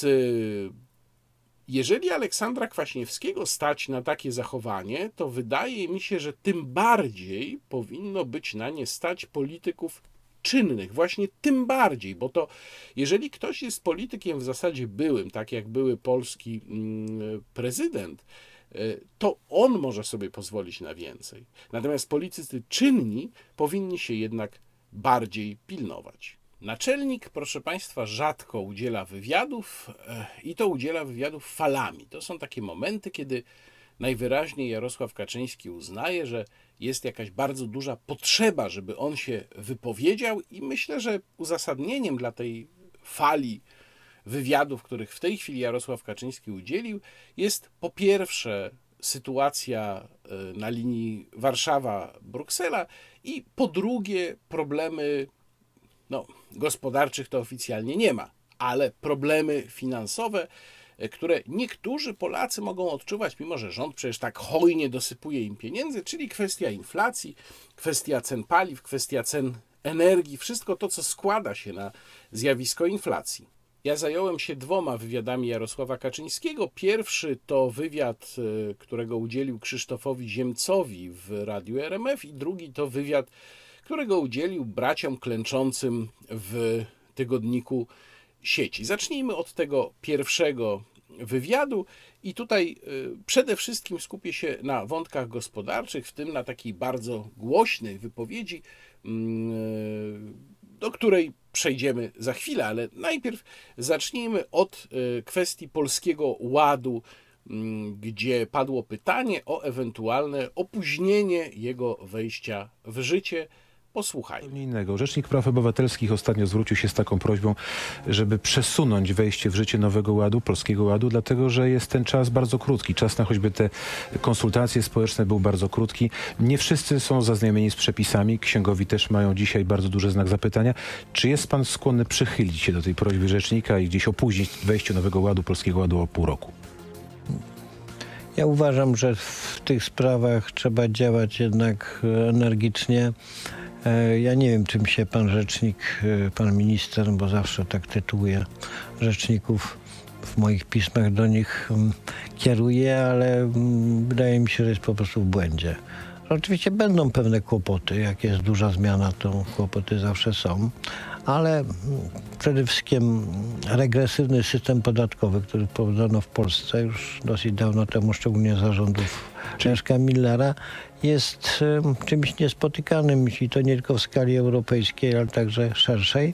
S1: jeżeli Aleksandra Kwaśniewskiego stać na takie zachowanie, to wydaje mi się, że tym bardziej powinno być na nie stać polityków czynnych, właśnie tym bardziej, bo to jeżeli ktoś jest politykiem w zasadzie byłym, tak jak były polski prezydent, to on może sobie pozwolić na więcej. Natomiast politycy czynni powinni się jednak bardziej pilnować. Naczelnik, proszę Państwa, rzadko udziela wywiadów i to udziela wywiadów falami. To są takie momenty, kiedy najwyraźniej Jarosław Kaczyński uznaje, że jest jakaś bardzo duża potrzeba, żeby on się wypowiedział i myślę, że uzasadnieniem dla tej fali wywiadów, których w tej chwili Jarosław Kaczyński udzielił, jest po pierwsze sytuacja na linii Warszawa-Bruksela i po drugie problemy gospodarczych to oficjalnie nie ma, ale problemy finansowe, które niektórzy Polacy mogą odczuwać, mimo że rząd przecież tak hojnie dosypuje im pieniędzy, czyli kwestia inflacji, kwestia cen paliw, kwestia cen energii, wszystko to, co składa się na zjawisko inflacji. Ja zająłem się 2 wywiadami Jarosława Kaczyńskiego. Pierwszy to wywiad, którego udzielił Krzysztofowi Ziemcowi w Radiu RMF i drugi to wywiad, którego udzielił braciom klęczącym w tygodniku Sieci. Zacznijmy od tego pierwszego wywiadu i tutaj przede wszystkim skupię się na wątkach gospodarczych, w tym na takiej bardzo głośnej wypowiedzi, do której przejdziemy za chwilę, ale najpierw zacznijmy od kwestii Polskiego Ładu, gdzie padło pytanie o ewentualne opóźnienie jego wejścia w życie. Posłuchajmy.
S6: Innego. Rzecznik Praw Obywatelskich ostatnio zwrócił się z taką prośbą, żeby przesunąć wejście w życie Nowego Ładu, Polskiego Ładu, dlatego że jest ten czas bardzo krótki. Czas na choćby te konsultacje społeczne był bardzo krótki. Nie wszyscy są zaznajomieni z przepisami. Księgowi też mają dzisiaj bardzo duży znak zapytania. Czy jest pan skłonny przychylić się do tej prośby rzecznika i gdzieś opóźnić wejście Nowego Ładu, Polskiego Ładu o pół roku?
S7: Ja uważam, że w tych sprawach trzeba działać jednak energicznie. Ja nie wiem, czym się pan rzecznik, pan minister, bo zawsze tak tytułuję rzeczników, w moich pismach do nich kieruje, ale wydaje mi się, że jest po prostu w błędzie. Oczywiście będą pewne kłopoty, jak jest duża zmiana, to kłopoty zawsze są, ale przede wszystkim regresywny system podatkowy, który wprowadzono w Polsce już dosyć dawno temu, szczególnie za rządów Leszka Millera, jest czymś niespotykanym i to nie tylko w skali europejskiej, ale także szerszej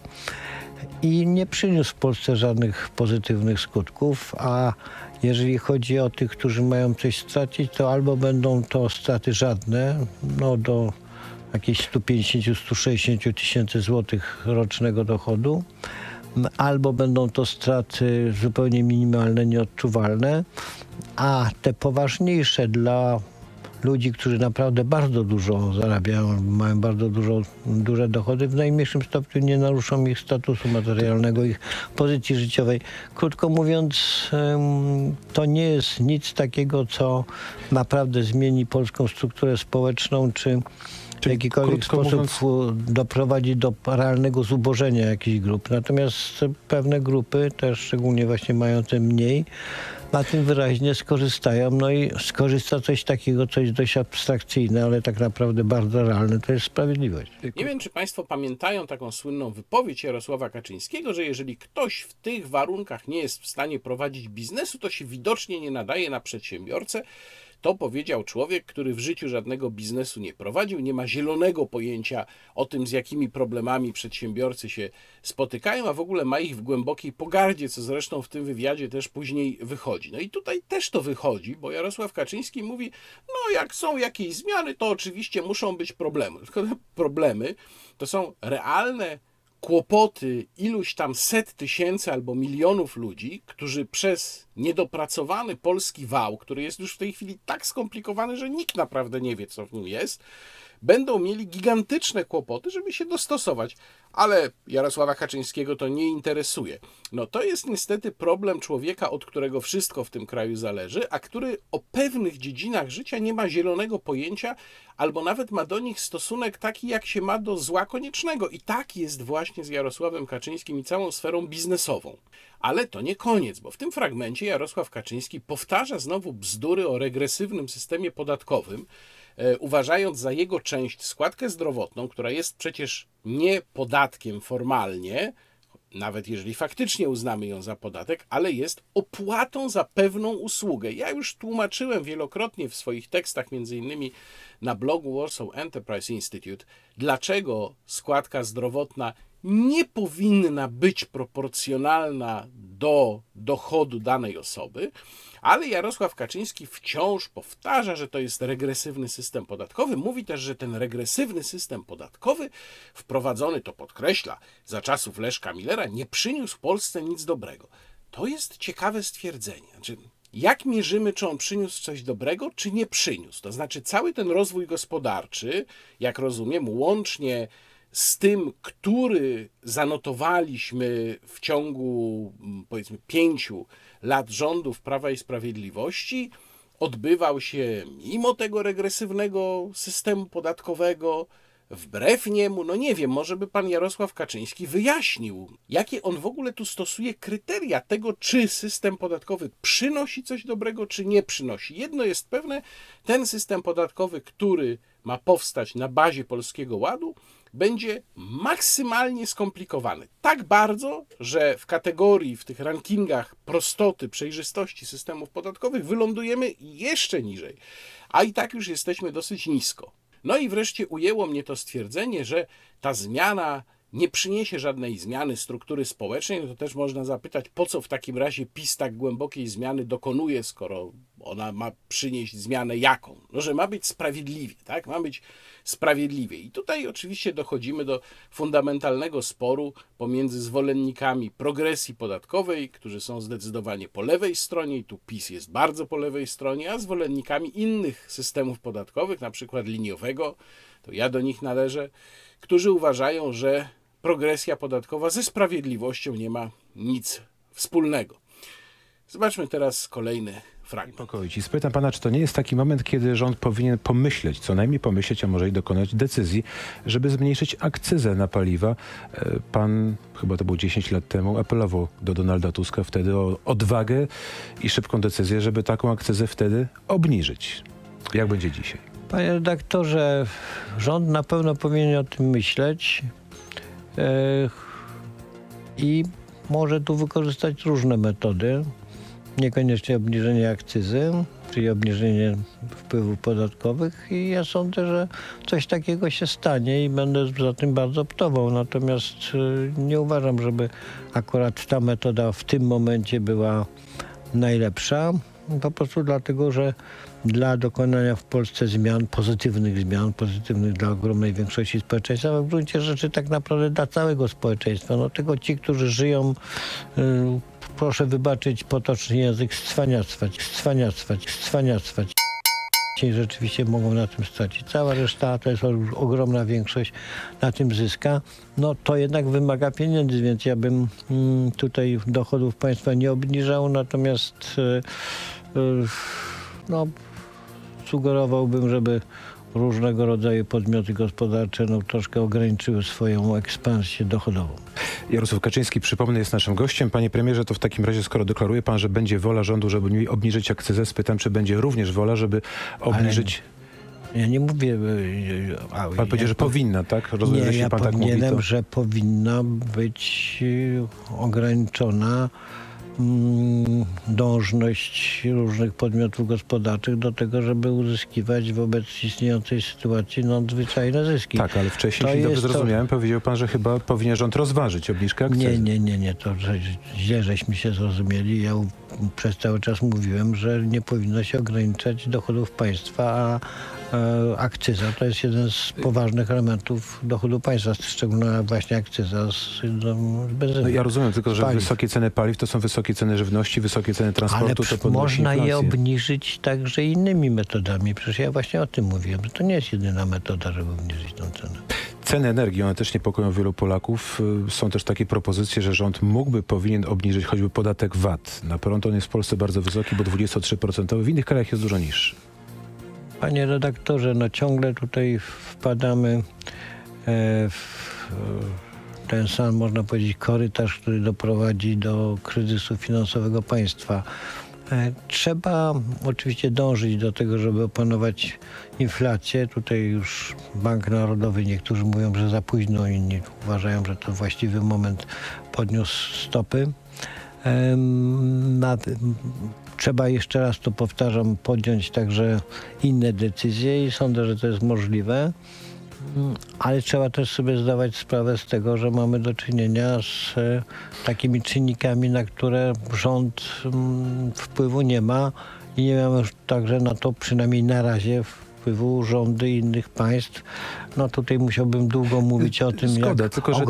S7: i nie przyniósł w Polsce żadnych pozytywnych skutków, a jeżeli chodzi o tych, którzy mają coś stracić, to albo będą to straty żadne, do jakieś 150-160 tysięcy złotych rocznego dochodu, albo będą to straty zupełnie minimalne, nieodczuwalne, a te poważniejsze dla ludzi, którzy naprawdę bardzo dużo zarabiają, mają bardzo duże dochody, w najmniejszym stopniu nie naruszą ich statusu materialnego, ich pozycji życiowej. Krótko mówiąc, to nie jest nic takiego, co naprawdę zmieni polską strukturę społeczną, czy w jakikolwiek sposób doprowadzi do realnego zubożenia jakichś grup. Natomiast pewne grupy, też szczególnie właśnie mające mniej, na tym wyraźnie skorzystają. I skorzysta coś takiego, co jest dość abstrakcyjne, ale tak naprawdę bardzo realne, to jest sprawiedliwość.
S1: Nie wiem, czy państwo pamiętają taką słynną wypowiedź Jarosława Kaczyńskiego, że jeżeli ktoś w tych warunkach nie jest w stanie prowadzić biznesu, to się widocznie nie nadaje na przedsiębiorcę. To powiedział człowiek, który w życiu żadnego biznesu nie prowadził, nie ma zielonego pojęcia o tym, z jakimi problemami przedsiębiorcy się spotykają, a w ogóle ma ich w głębokiej pogardzie, co zresztą w tym wywiadzie też później wychodzi. I tutaj też to wychodzi, bo Jarosław Kaczyński mówi, jak są jakieś zmiany, to oczywiście muszą być problemy. Tylko te problemy to są realne kłopoty iluś tam set tysięcy albo milionów ludzi, którzy przez niedopracowany polski wał, który jest już w tej chwili tak skomplikowany, że nikt naprawdę nie wie, co w nim jest, będą mieli gigantyczne kłopoty, żeby się dostosować. Ale Jarosława Kaczyńskiego to nie interesuje. To jest niestety problem człowieka, od którego wszystko w tym kraju zależy, a który o pewnych dziedzinach życia nie ma zielonego pojęcia, albo nawet ma do nich stosunek taki, jak się ma do zła koniecznego. I tak jest właśnie z Jarosławem Kaczyńskim i całą sferą biznesową. Ale to nie koniec, bo w tym fragmencie Jarosław Kaczyński powtarza znowu bzdury o regresywnym systemie podatkowym, uważając za jego część składkę zdrowotną, która jest przecież nie podatkiem formalnie, nawet jeżeli faktycznie uznamy ją za podatek, ale jest opłatą za pewną usługę. Ja już tłumaczyłem wielokrotnie w swoich tekstach, między innymi na blogu Warsaw Enterprise Institute, dlaczego składka zdrowotna nie powinna być proporcjonalna do dochodu danej osoby, ale Jarosław Kaczyński wciąż powtarza, że to jest regresywny system podatkowy. Mówi też, że ten regresywny system podatkowy wprowadzony, to podkreśla, za czasów Leszka Millera nie przyniósł Polsce nic dobrego. To jest ciekawe stwierdzenie. jak mierzymy, czy on przyniósł coś dobrego, czy nie przyniósł. To znaczy cały ten rozwój gospodarczy, jak rozumiem, łącznie z tym, który zanotowaliśmy w ciągu, powiedzmy, 5 lat rządów Prawa i Sprawiedliwości, odbywał się mimo tego regresywnego systemu podatkowego, wbrew niemu. No nie wiem, może by pan Jarosław Kaczyński wyjaśnił, jakie on w ogóle tu stosuje kryteria tego, czy system podatkowy przynosi coś dobrego, czy nie przynosi. Jedno jest pewne, ten system podatkowy, który ma powstać na bazie Polskiego Ładu, będzie maksymalnie skomplikowany. Tak bardzo, że w kategorii, w tych rankingach prostoty, przejrzystości systemów podatkowych wylądujemy jeszcze niżej, a i tak już jesteśmy dosyć nisko. No i wreszcie ujęło mnie to stwierdzenie, że ta zmiana nie przyniesie żadnej zmiany struktury społecznej. No to też można zapytać, po co w takim razie PiS tak głębokiej zmiany dokonuje, skoro ona ma przynieść zmianę jaką? No, że ma być sprawiedliwie, tak? Ma być sprawiedliwie. I tutaj oczywiście dochodzimy do fundamentalnego sporu pomiędzy zwolennikami progresji podatkowej, którzy są zdecydowanie po lewej stronie, i tu PiS jest bardzo po lewej stronie, a zwolennikami innych systemów podatkowych, na przykład liniowego, to ja do nich należę, którzy uważają, że progresja podatkowa ze sprawiedliwością nie ma nic wspólnego. Zobaczmy teraz kolejny fragment.
S6: Niepokoić. I spytam pana, czy to nie jest taki moment, kiedy rząd powinien pomyśleć, co najmniej pomyśleć, a może i dokonać decyzji, żeby zmniejszyć akcyzę na paliwa. Pan, chyba to było 10 lat temu, apelował do Donalda Tuska wtedy o odwagę i szybką decyzję, żeby taką akcyzę wtedy obniżyć. Jak będzie dzisiaj?
S7: Panie redaktorze, rząd na pewno powinien o tym myśleć i może tu wykorzystać różne metody. Niekoniecznie obniżenie akcyzy, czyli obniżenie wpływów podatkowych, i ja sądzę, że coś takiego się stanie i będę za tym bardzo optował. Natomiast nie uważam, żeby akurat ta metoda w tym momencie była najlepsza. Po prostu dlatego, że dla dokonania w Polsce zmian, pozytywnych dla ogromnej większości społeczeństwa, a w gruncie rzeczy tak naprawdę dla całego społeczeństwa. No tylko ci, którzy żyją, proszę wybaczyć potoczny język, cwaniactwać. Rzeczywiście mogą na tym stracić. Cała reszta, to jest ogromna większość, na tym zyska. No to jednak wymaga pieniędzy, więc ja bym tutaj dochodów państwa nie obniżał, natomiast sugerowałbym, żeby różnego rodzaju podmioty gospodarcze troszkę ograniczyły swoją ekspansję dochodową.
S6: Jarosław Kaczyński, przypomnę, jest naszym gościem. Panie premierze, to w takim razie, skoro deklaruje pan, że będzie wola rządu, żeby obniżyć akcyzę, spytam, czy będzie również wola, żeby obniżyć...
S7: Ja nie mówię...
S6: Pan powiedział, że powinna, tak? Rozumiem,
S7: nie, ja
S6: pan
S7: powinienem,
S6: tak mówi, to...
S7: że powinna być ograniczona dążność różnych podmiotów gospodarczych do tego, żeby uzyskiwać wobec istniejącej sytuacji nadzwyczajne zyski.
S6: Tak, ale wcześniej, jeśli dobrze zrozumiałem, powiedział pan, że chyba powinien rząd rozważyć obniżkę akcyzy.
S7: Nie, to źle żeśmy się zrozumieli. Ja przez cały czas mówiłem, że nie powinno się ograniczać dochodów państwa, a akcyza to jest jeden z poważnych elementów dochodu państwa, szczególnie właśnie akcyza z benzyny.
S6: No ja rozumiem, tylko że wysokie ceny paliw to są wysokie ceny żywności, wysokie ceny transportu,
S7: ale
S6: to podnosi
S7: można
S6: inflację.
S7: je obniżyć także innymi metodami. Przecież ja właśnie o tym mówiłem, że to nie jest jedyna metoda, żeby obniżyć tę cenę.
S6: Ceny energii, one też niepokoją wielu Polaków. Są też takie propozycje, że rząd powinien obniżyć choćby podatek VAT. Na prąd on jest w Polsce bardzo wysoki, bo 23%, w innych krajach jest dużo niższy.
S7: Panie redaktorze, ciągle tutaj wpadamy w ten sam, można powiedzieć, korytarz, który doprowadzi do kryzysu finansowego państwa. Trzeba oczywiście dążyć do tego, żeby opanować inflację. Tutaj już Bank Narodowy, niektórzy mówią, że za późno, inni uważają, że to właściwy moment podniósł stopy. Trzeba, jeszcze raz to powtarzam, podjąć także inne decyzje i sądzę, że to jest możliwe, ale trzeba też sobie zdawać sprawę z tego, że mamy do czynienia z takimi czynnikami, na które rząd wpływu nie ma i nie mamy także na to, przynajmniej na razie, wpływu rządy innych państw. Tutaj musiałbym długo mówić o tym,
S6: Zgoda,
S7: jak
S6: tylko, że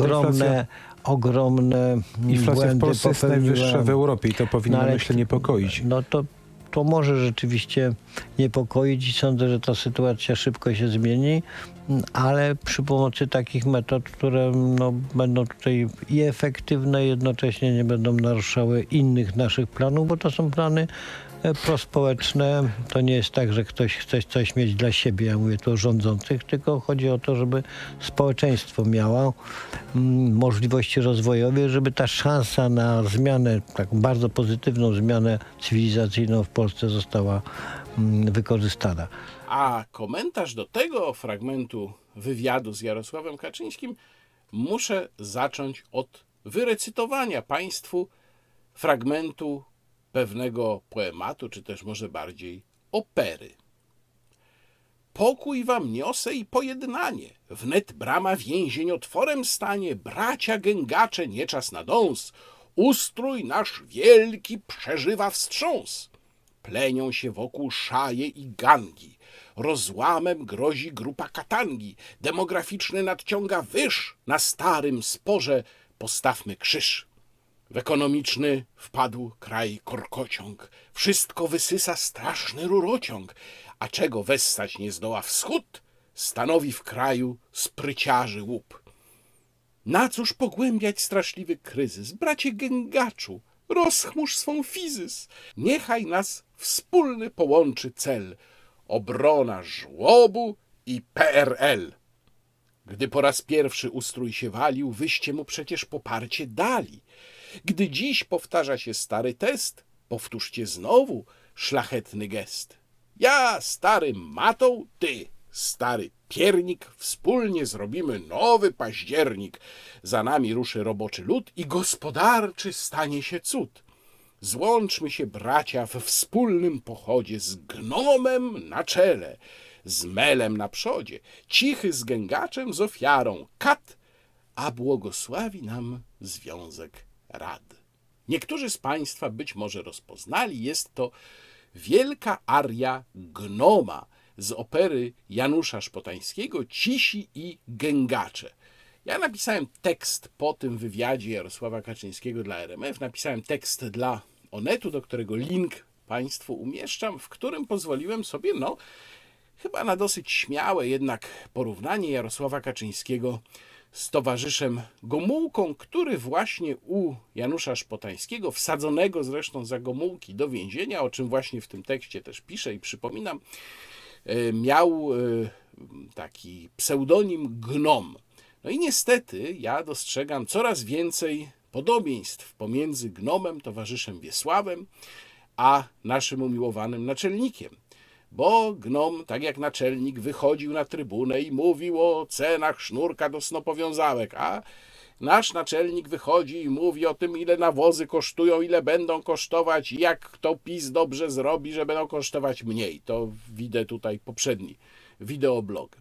S7: ogromne
S6: inflacja
S7: błędy
S6: w Polsce jest najwyższa w Europie i to powinno, myślę, niepokoić.
S7: to może rzeczywiście niepokoić i sądzę, że ta sytuacja szybko się zmieni, ale przy pomocy takich metod, które będą tutaj i efektywne, jednocześnie nie będą naruszały innych naszych planów, bo to są plany prospołeczne. To nie jest tak, że ktoś chce coś mieć dla siebie, ja mówię tu o rządzących, tylko chodzi o to, żeby społeczeństwo miało możliwości rozwojowe, żeby ta szansa na zmianę, taką bardzo pozytywną zmianę cywilizacyjną w Polsce została wykorzystana.
S1: A komentarz do tego fragmentu wywiadu z Jarosławem Kaczyńskim muszę zacząć od wyrecytowania Państwu fragmentu pewnego poematu, czy też może bardziej opery. Pokój wam niosę i pojednanie, wnet brama więzień otworem stanie, bracia gęgacze, nie czas na dąs, ustrój nasz wielki przeżywa wstrząs. Plenią się wokół szaje i gangi, rozłamem grozi grupa katangi, demograficzny nadciąga wyż, na starym sporze postawmy krzyż. W ekonomiczny wpadł kraj korkociąg, wszystko wysysa straszny rurociąg, a czego wessać nie zdoła wschód, stanowi w kraju spryciarzy łup. Na cóż pogłębiać straszliwy kryzys, bracie gęgaczu, rozchmurz swą fizys, niechaj nas wspólny połączy cel, obrona żłobu i PRL. Gdy po raz pierwszy ustrój się walił, wyście mu przecież poparcie dali. Gdy dziś powtarza się stary test, powtórzcie znowu szlachetny gest. Ja, stary matą, ty, stary piernik, wspólnie zrobimy nowy październik. Za nami ruszy roboczy lud i gospodarczy stanie się cud. Złączmy się, bracia, we wspólnym pochodzie z gnomem na czele, z melem na przodzie, cichy z gęgaczem, z ofiarą kat, a błogosławi nam Związek Rad. Niektórzy z Państwa być może rozpoznali, jest to wielka aria Gnoma z opery Janusza Szpotańskiego Cisi i Gęgacze. Ja napisałem tekst po tym wywiadzie Jarosława Kaczyńskiego dla RMF, napisałem tekst dla Onetu, do którego link Państwu umieszczam, w którym pozwoliłem sobie, chyba na dosyć śmiałe jednak porównanie Jarosława Kaczyńskiego z towarzyszem Gomułką, który właśnie u Janusza Szpotańskiego, wsadzonego zresztą za Gomułki do więzienia, o czym właśnie w tym tekście też piszę i przypominam, miał taki pseudonim Gnom. No i niestety ja dostrzegam coraz więcej podobieństw pomiędzy Gnomem, towarzyszem Wiesławem, a naszym umiłowanym naczelnikiem. Bo Gnom, tak jak naczelnik, wychodził na trybunę i mówił o cenach sznurka do snopowiązałek, a nasz naczelnik wychodzi i mówi o tym, ile nawozy kosztują, ile będą kosztować, jak to PiS dobrze zrobi, że będą kosztować mniej. To widzę tutaj poprzedni wideoblog.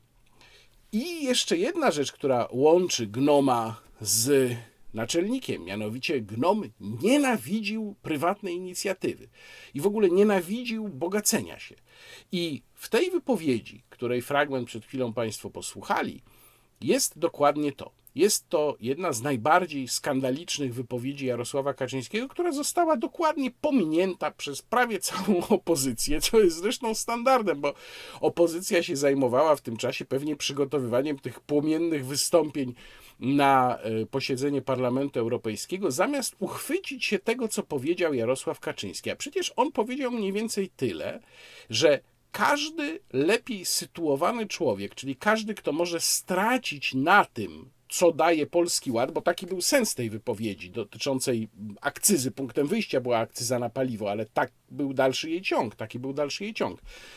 S1: I jeszcze jedna rzecz, która łączy Gnoma z naczelnikiem, mianowicie Gnom nienawidził prywatnej inicjatywy i w ogóle nienawidził bogacenia się. I w tej wypowiedzi, której fragment przed chwilą Państwo posłuchali, jest dokładnie to. Jest to jedna z najbardziej skandalicznych wypowiedzi Jarosława Kaczyńskiego, która została dokładnie pominięta przez prawie całą opozycję, co jest zresztą standardem, bo opozycja się zajmowała w tym czasie pewnie przygotowywaniem tych płomiennych wystąpień na posiedzenie Parlamentu Europejskiego, zamiast uchwycić się tego, co powiedział Jarosław Kaczyński. A przecież on powiedział mniej więcej tyle, że każdy lepiej sytuowany człowiek, czyli każdy, kto może stracić na tym, co daje Polski Ład, bo taki był sens tej wypowiedzi dotyczącej akcyzy. Punktem wyjścia była akcyza na paliwo, ale taki był dalszy jej ciąg.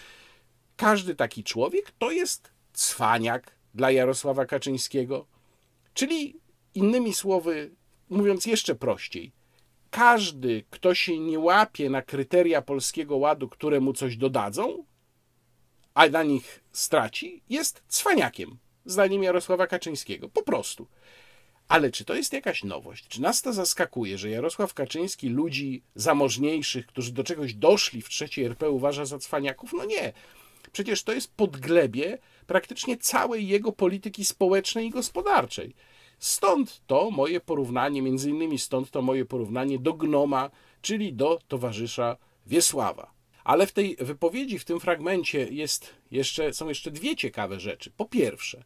S1: Każdy taki człowiek to jest cwaniak dla Jarosława Kaczyńskiego. Czyli innymi słowy, mówiąc jeszcze prościej, każdy, kto się nie łapie na kryteria Polskiego Ładu, które mu coś dodadzą, a na nich straci, jest cwaniakiem, zdaniem Jarosława Kaczyńskiego. Po prostu. Ale czy to jest jakaś nowość? Czy nas to zaskakuje, że Jarosław Kaczyński ludzi zamożniejszych, którzy do czegoś doszli w III RP, uważa za cwaniaków? No nie. Przecież to jest podglebie praktycznie całej jego polityki społecznej i gospodarczej. Stąd to moje porównanie, między innymi stąd to moje porównanie do Gnoma, czyli do towarzysza Wiesława. Ale w tej wypowiedzi, w tym fragmencie są jeszcze dwie ciekawe rzeczy. Po pierwsze,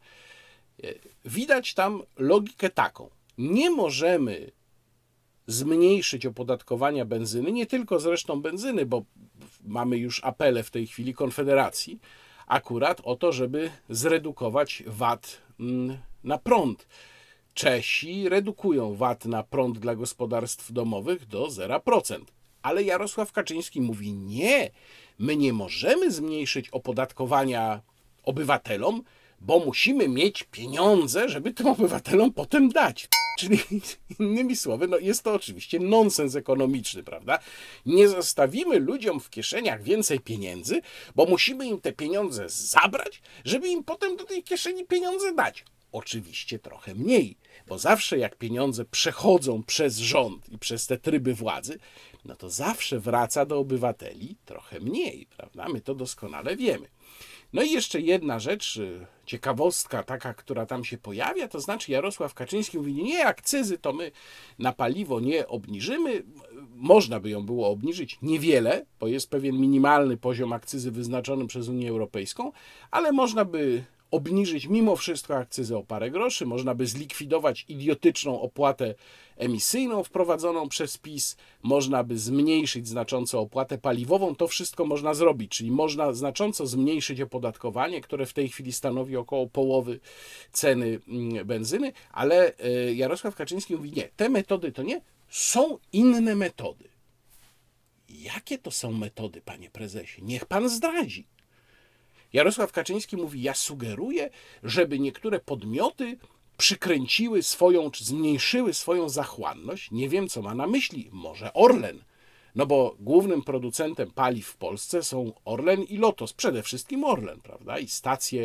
S1: widać tam logikę taką. Nie możemy zmniejszyć opodatkowania benzyny, nie tylko zresztą benzyny, bo mamy już apele w tej chwili Konfederacji, akurat o to, żeby zredukować VAT na prąd. Czesi redukują VAT na prąd dla gospodarstw domowych do 0%. Ale Jarosław Kaczyński mówi: nie, my nie możemy zmniejszyć opodatkowania obywatelom, bo musimy mieć pieniądze, żeby tym obywatelom potem dać. Czyli innymi słowy, jest to oczywiście nonsens ekonomiczny, prawda? Nie zostawimy ludziom w kieszeniach więcej pieniędzy, bo musimy im te pieniądze zabrać, żeby im potem do tej kieszeni pieniądze dać. Oczywiście trochę mniej, bo zawsze jak pieniądze przechodzą przez rząd i przez te tryby władzy, to zawsze wraca do obywateli trochę mniej, prawda? My to doskonale wiemy. No i jeszcze jedna rzecz, ciekawostka taka, która tam się pojawia, to znaczy Jarosław Kaczyński mówi: nie, akcyzy to my na paliwo nie obniżymy. Można by ją było obniżyć niewiele, bo jest pewien minimalny poziom akcyzy wyznaczony przez Unię Europejską, ale można by obniżyć mimo wszystko akcyzę o parę groszy, można by zlikwidować idiotyczną opłatę emisyjną wprowadzoną przez PiS, można by zmniejszyć znacząco opłatę paliwową, to wszystko można zrobić, czyli można znacząco zmniejszyć opodatkowanie, które w tej chwili stanowi około połowy ceny benzyny, ale Jarosław Kaczyński mówi: nie, te metody to nie, są inne metody. Jakie to są metody, panie prezesie? Niech pan zdradzi. Jarosław Kaczyński mówi: ja sugeruję, żeby niektóre podmioty przykręciły swoją, czy zmniejszyły swoją zachłanność. Nie wiem, co ma na myśli. Może Orlen. No bo głównym producentem paliw w Polsce są Orlen i Lotos. Przede wszystkim Orlen, prawda? I stacje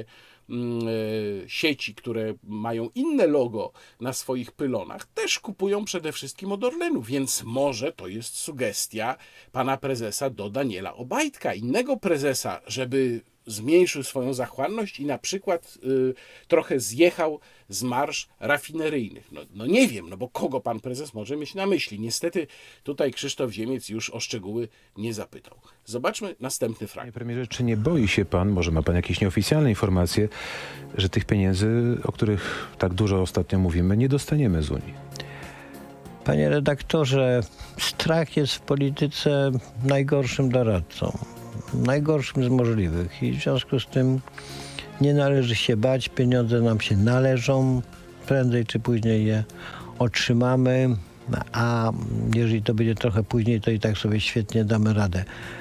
S1: sieci, które mają inne logo na swoich pylonach, też kupują przede wszystkim od Orlenu, więc może to jest sugestia pana prezesa do Daniela Obajtka, innego prezesa, żeby zmniejszył swoją zachłanność i na przykład trochę zjechał z marż rafineryjnych. No nie wiem, bo kogo pan prezes może mieć na myśli? Niestety tutaj Krzysztof Ziemiec już o szczegóły nie zapytał. Zobaczmy następny
S6: Panie
S1: fragment.
S6: premierze, czy nie boi się pan, może ma pan jakieś nieoficjalne informacje, że tych pieniędzy, o których tak dużo ostatnio mówimy, nie dostaniemy z Unii?
S7: Panie redaktorze, strach jest w polityce najgorszym doradcą. Najgorszym z możliwych i w związku z tym nie należy się bać, pieniądze nam się należą, prędzej czy później je otrzymamy, a jeżeli to będzie trochę później, to i tak sobie świetnie damy radę.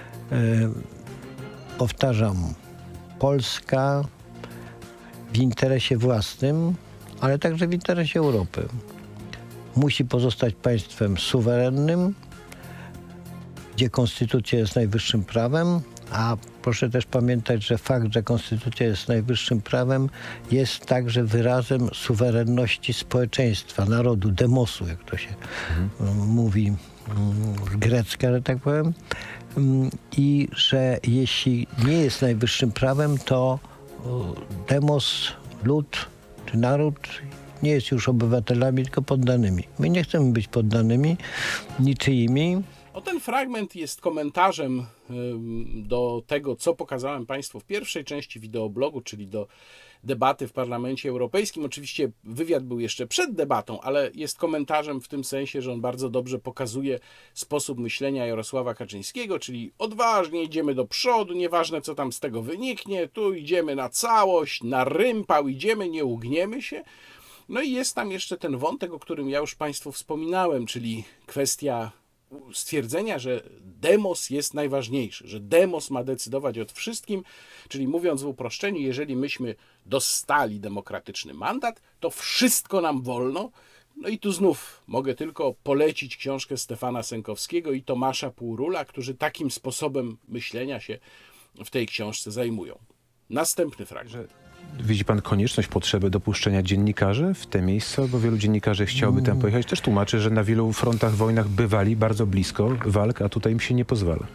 S7: Powtarzam, Polska w interesie własnym, ale także w interesie Europy musi pozostać państwem suwerennym, gdzie konstytucja jest najwyższym prawem, a proszę też pamiętać, że fakt, że konstytucja jest najwyższym prawem, jest także wyrazem suwerenności społeczeństwa, narodu, demosu, jak to się mówi grecka, że tak powiem. I że jeśli nie jest najwyższym prawem, to demos, lud czy naród nie jest już obywatelami, tylko poddanymi. My nie chcemy być poddanymi niczyimi.
S1: Ten fragment jest komentarzem do tego, co pokazałem Państwu w pierwszej części wideoblogu, czyli do debaty w Parlamencie Europejskim. Oczywiście wywiad był jeszcze przed debatą, ale jest komentarzem w tym sensie, że on bardzo dobrze pokazuje sposób myślenia Jarosława Kaczyńskiego, czyli odważnie idziemy do przodu, nieważne co tam z tego wyniknie, tu idziemy na całość, na rympał idziemy, nie ugniemy się. No i jest tam jeszcze ten wątek, o którym ja już Państwu wspominałem, czyli kwestia stwierdzenia, że demos jest najważniejszy, że demos ma decydować o wszystkim, czyli mówiąc w uproszczeniu, jeżeli myśmy dostali demokratyczny mandat, to wszystko nam wolno. No i tu znów mogę tylko polecić książkę Stefana Sękowskiego i Tomasza Półrula, którzy takim sposobem myślenia się w tej książce zajmują. Następny fragment.
S6: Widzi pan konieczność, potrzeby dopuszczenia dziennikarzy w te miejsca? Bo wielu dziennikarzy chciałoby tam pojechać. Też tłumaczy, że na wielu frontach, wojnach bywali bardzo blisko walk, a tutaj im się nie pozwala.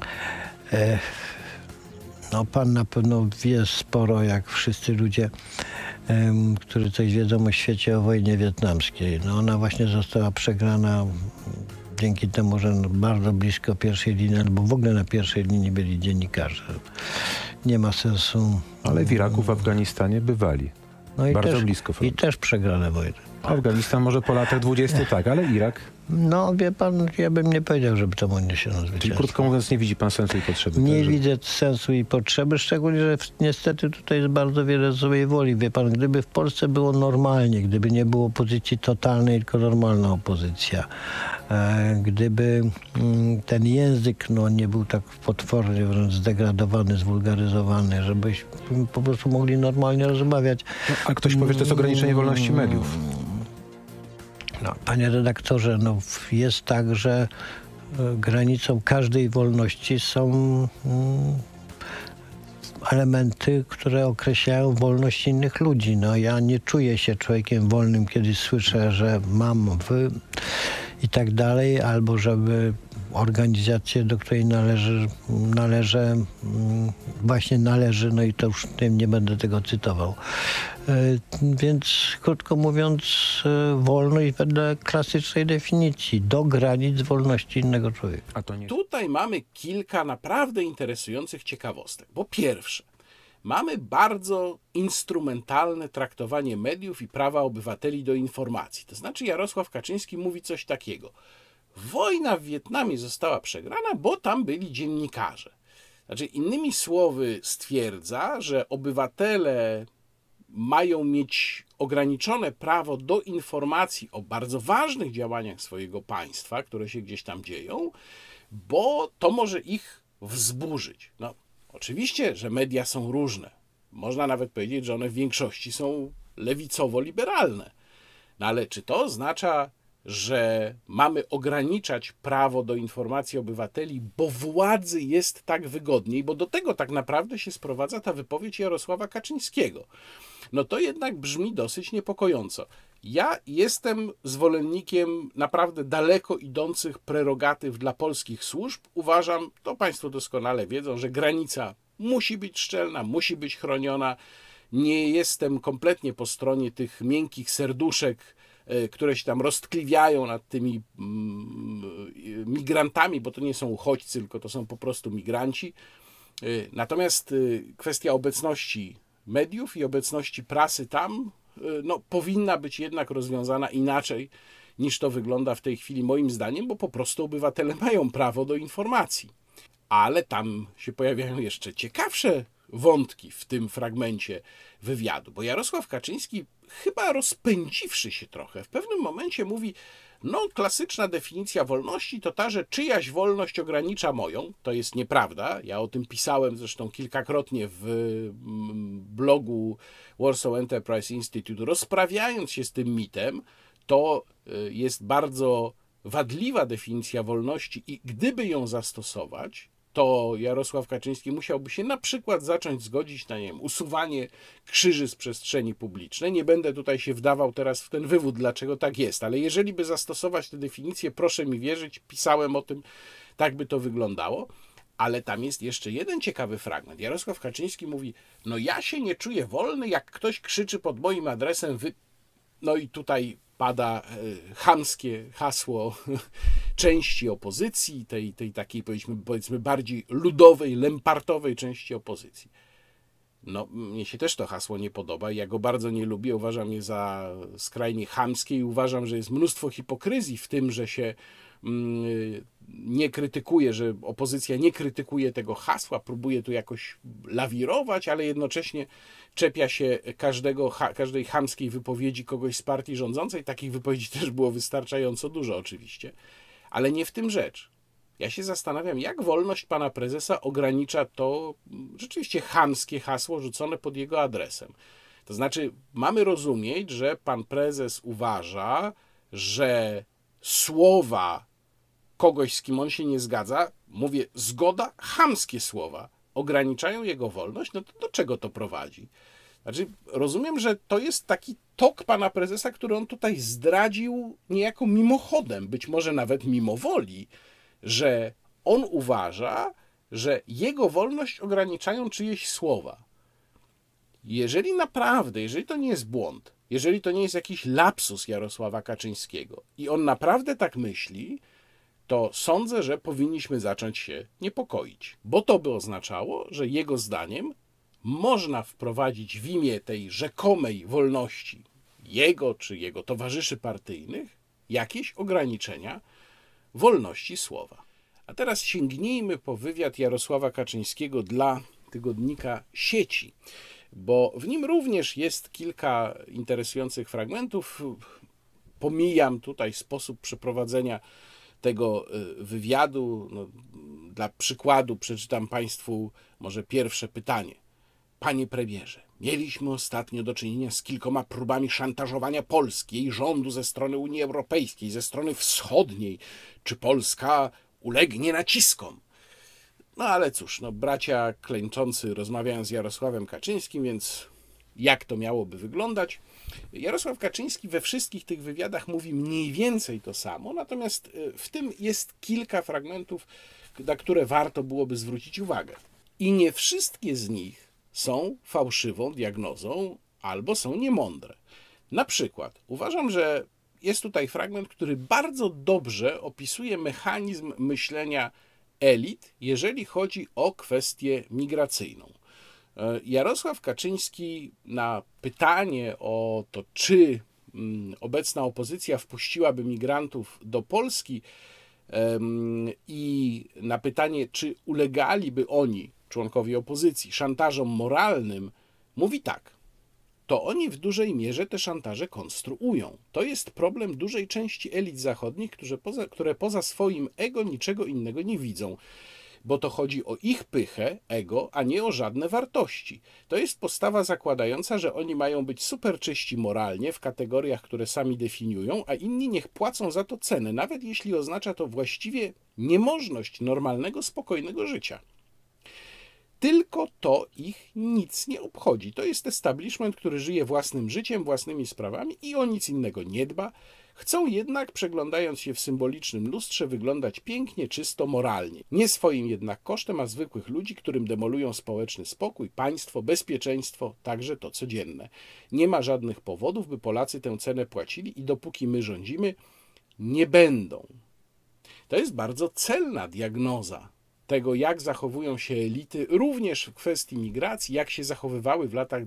S7: No pan na pewno wie sporo, jak wszyscy ludzie, którzy coś wiedzą o świecie, o wojnie wietnamskiej. No ona właśnie została przegrana dzięki temu, że bardzo blisko pierwszej linii, albo w ogóle na pierwszej linii byli dziennikarze. Nie ma sensu.
S6: Ale w Iraku, w Afganistanie bywali.
S7: No i
S6: Bardzo blisko frontu.
S7: I też przegrane wojny.
S6: Afganistan może po latach 20, tak, ale Irak.
S7: No wie pan, ja bym nie powiedział, żeby to odniesiono
S6: Czyli
S7: zwycięstwo.
S6: krótko mówiąc, nie widzi pan sensu i potrzeby.
S7: Nie
S6: tak,
S7: widzę sensu i potrzeby, szczególnie, że niestety tutaj jest bardzo wiele złej woli. Wie pan, gdyby w Polsce było normalnie, gdyby nie było opozycji totalnej, tylko normalna opozycja, gdyby ten język nie był tak potwornie wręcz zdegradowany, zwulgaryzowany, żebyśmy po prostu mogli normalnie rozmawiać.
S6: No, a ktoś powie, że to jest ograniczenie wolności mediów.
S7: No, panie redaktorze, jest tak, że granicą każdej wolności są elementy, które określają wolność innych ludzi. No, ja nie czuję się człowiekiem wolnym, kiedy słyszę, że mam, wy i tak dalej, albo żeby organizację, do której należy, no i to już nie będę tego cytował. Więc krótko mówiąc, wolność wedle klasycznej definicji, do granic wolności innego człowieka.
S6: A to nie...
S1: Tutaj mamy kilka naprawdę interesujących ciekawostek. Po pierwsze, mamy bardzo instrumentalne traktowanie mediów i prawa obywateli do informacji. To znaczy Jarosław Kaczyński mówi coś takiego. Wojna w Wietnamie została przegrana, bo tam byli dziennikarze. Znaczy, innymi słowy stwierdza, że obywatele mają mieć ograniczone prawo do informacji o bardzo ważnych działaniach swojego państwa, które się gdzieś tam dzieją, bo to może ich wzburzyć. No, oczywiście, że media są różne. Można nawet powiedzieć, że one w większości są lewicowo-liberalne. No ale czy to oznacza, że mamy ograniczać prawo do informacji obywateli, bo władzy jest tak wygodniej, bo do tego tak naprawdę się sprowadza ta wypowiedź Jarosława Kaczyńskiego. No to jednak brzmi dosyć niepokojąco. Ja jestem zwolennikiem naprawdę daleko idących prerogatyw dla polskich służb. Uważam, to państwo doskonale wiedzą, że granica musi być szczelna, musi być chroniona. Nie jestem kompletnie po stronie tych miękkich serduszek, które się tam roztkliwiają nad tymi migrantami, bo to nie są uchodźcy, tylko to są po prostu migranci. Natomiast kwestia obecności mediów i obecności prasy tam powinna być jednak rozwiązana inaczej niż to wygląda w tej chwili moim zdaniem, bo po prostu obywatele mają prawo do informacji. Ale tam się pojawiają jeszcze ciekawsze wątki w tym fragmencie wywiadu, bo Jarosław Kaczyński, chyba rozpędziwszy się trochę, w pewnym momencie mówi, klasyczna definicja wolności to ta, że czyjaś wolność ogranicza moją. To jest nieprawda. Ja o tym pisałem zresztą kilkakrotnie w blogu Warsaw Enterprise Institute, rozprawiając się z tym mitem. To jest bardzo wadliwa definicja wolności i gdyby ją zastosować, to Jarosław Kaczyński musiałby się na przykład zacząć zgodzić na, usuwanie krzyży z przestrzeni publicznej. Nie będę tutaj się wdawał teraz w ten wywód, dlaczego tak jest, ale jeżeli by zastosować tę definicję, proszę mi wierzyć, pisałem o tym, tak by to wyglądało. Ale tam jest jeszcze jeden ciekawy fragment. Jarosław Kaczyński mówi, ja się nie czuję wolny, jak ktoś krzyczy pod moim adresem, No i tutaj pada chamskie hasło części opozycji, tej takiej powiedzmy bardziej ludowej, lempartowej części opozycji. Mnie się też to hasło nie podoba i ja go bardzo nie lubię, uważam je za skrajnie chamskie i uważam, że jest mnóstwo hipokryzji w tym, że się nie krytykuje, że opozycja nie krytykuje tego hasła, próbuje tu jakoś lawirować, ale jednocześnie czepia się każdej chamskiej wypowiedzi kogoś z partii rządzącej. Takich wypowiedzi też było wystarczająco dużo oczywiście, ale nie w tym rzecz. Ja się zastanawiam, jak wolność pana prezesa ogranicza to rzeczywiście chamskie hasło rzucone pod jego adresem. To znaczy, mamy rozumieć, że pan prezes uważa, że słowa kogoś, z kim on się nie zgadza, mówię, zgoda, chamskie słowa, ograniczają jego wolność, to do czego to prowadzi? Znaczy, rozumiem, że to jest taki tok pana prezesa, który on tutaj zdradził niejako mimochodem, być może nawet mimo woli, że on uważa, że jego wolność ograniczają czyjeś słowa. Jeżeli to nie jest błąd, jeżeli to nie jest jakiś lapsus Jarosława Kaczyńskiego i on naprawdę tak myśli, to sądzę, że powinniśmy zacząć się niepokoić, bo to by oznaczało, że jego zdaniem można wprowadzić w imię tej rzekomej wolności jego czy jego towarzyszy partyjnych jakieś ograniczenia wolności słowa. A teraz sięgnijmy po wywiad Jarosława Kaczyńskiego dla tygodnika Sieci, bo w nim również jest kilka interesujących fragmentów. Pomijam tutaj sposób przeprowadzenia tego wywiadu. No, dla przykładu przeczytam Państwu może pierwsze pytanie. Panie premierze, mieliśmy ostatnio do czynienia z kilkoma próbami szantażowania Polski, jej rządu ze strony Unii Europejskiej, ze strony wschodniej. Czy Polska ulegnie naciskom? No ale cóż, no, bracia klęczący rozmawiają z Jarosławem Kaczyńskim, więc jak to miałoby wyglądać? Jarosław Kaczyński we wszystkich tych wywiadach mówi mniej więcej to samo, natomiast w tym jest kilka fragmentów, na które warto byłoby zwrócić uwagę. I nie wszystkie z nich są fałszywą diagnozą albo są niemądre. Na przykład uważam, że jest tutaj fragment, który bardzo dobrze opisuje mechanizm myślenia elit, jeżeli chodzi o kwestię migracyjną. Jarosław Kaczyński na pytanie o to, czy obecna opozycja wpuściłaby migrantów do Polski i na pytanie, czy ulegaliby oni, członkowie opozycji, szantażom moralnym, mówi tak. To oni w dużej mierze te szantaże konstruują. To jest problem dużej części elit zachodnich, które poza swoim ego niczego innego nie widzą, bo to chodzi o ich pychę, ego, a nie o żadne wartości. To jest postawa zakładająca, że oni mają być super czyści moralnie w kategoriach, które sami definiują, a inni niech płacą za to cenę, nawet jeśli oznacza to właściwie niemożność normalnego, spokojnego życia. Tylko to ich nic nie obchodzi. To jest establishment, który żyje własnym życiem, własnymi sprawami i o nic innego nie dba. Chcą jednak, przeglądając się w symbolicznym lustrze, wyglądać pięknie, czysto, moralnie. Nie swoim jednak kosztem, a zwykłych ludzi, którym demolują społeczny spokój, państwo, bezpieczeństwo, także to codzienne. Nie ma żadnych powodów, by Polacy tę cenę płacili i dopóki my rządzimy, nie będą. To jest bardzo celna diagnoza tego, jak zachowują się elity, również w kwestii migracji, jak się zachowywały w latach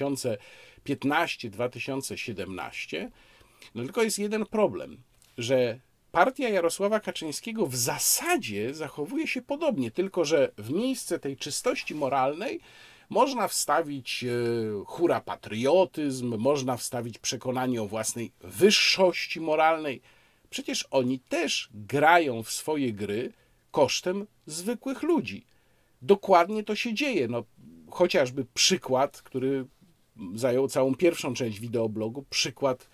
S1: 2015-2017. No tylko jest jeden problem, że partia Jarosława Kaczyńskiego w zasadzie zachowuje się podobnie, tylko że w miejsce tej czystości moralnej można wstawić hura patriotyzm, można wstawić przekonanie o własnej wyższości moralnej. Przecież oni też grają w swoje gry kosztem zwykłych ludzi. Dokładnie to się dzieje. No, chociażby przykład, który zajął całą pierwszą część wideoblogu, przykład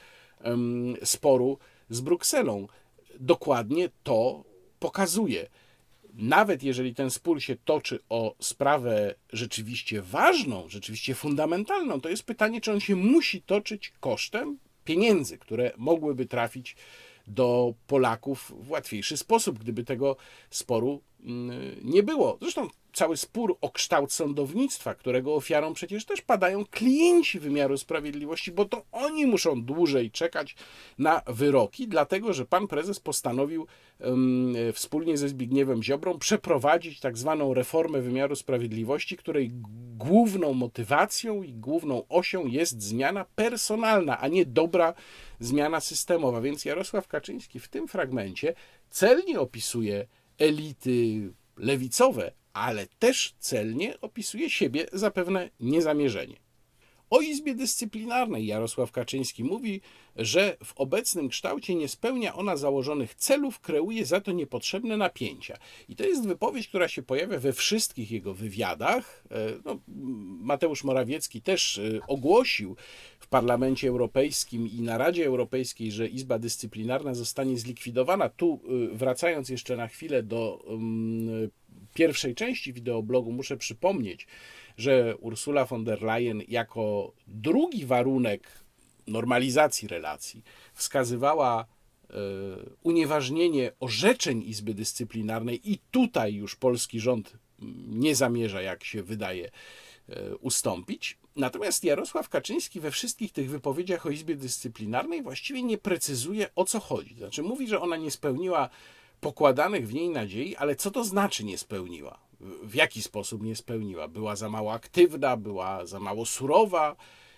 S1: sporu z Brukselą. Dokładnie to pokazuje. Nawet jeżeli ten spór się toczy o sprawę rzeczywiście ważną, rzeczywiście fundamentalną, to jest pytanie, czy on się musi toczyć kosztem pieniędzy, które mogłyby trafić do Polaków w łatwiejszy sposób, gdyby tego sporu nie było. Zresztą cały spór o kształt sądownictwa, którego ofiarą przecież też padają klienci wymiaru sprawiedliwości, bo to oni muszą dłużej czekać na wyroki, dlatego że pan prezes postanowił wspólnie ze Zbigniewem Ziobrą przeprowadzić tak zwaną reformę wymiaru sprawiedliwości, której główną motywacją i główną osią jest zmiana personalna, a nie dobra zmiana systemowa. Więc Jarosław Kaczyński w tym fragmencie celnie opisuje elity lewicowe, ale też celnie opisuje siebie zapewne niezamierzenie. O Izbie Dyscyplinarnej Jarosław Kaczyński mówi, że w obecnym kształcie nie spełnia ona założonych celów, kreuje za to niepotrzebne napięcia. I to jest wypowiedź, która się pojawia we wszystkich jego wywiadach. No, Mateusz Morawiecki też ogłosił w Parlamencie Europejskim i na Radzie Europejskiej, że Izba Dyscyplinarna zostanie zlikwidowana. Tu, wracając jeszcze na chwilę do pierwszej części wideoblogu, muszę przypomnieć, że Ursula von der Leyen jako drugi warunek normalizacji relacji wskazywała unieważnienie orzeczeń Izby Dyscyplinarnej i tutaj już polski rząd nie zamierza, jak się wydaje, ustąpić. Natomiast Jarosław Kaczyński we wszystkich tych wypowiedziach o Izbie Dyscyplinarnej właściwie nie precyzuje, o co chodzi. Znaczy mówi, że ona nie spełniła pokładanych w niej nadziei, ale co to znaczy nie spełniła? W jaki sposób nie spełniła? Była za mało aktywna, była za mało surowa,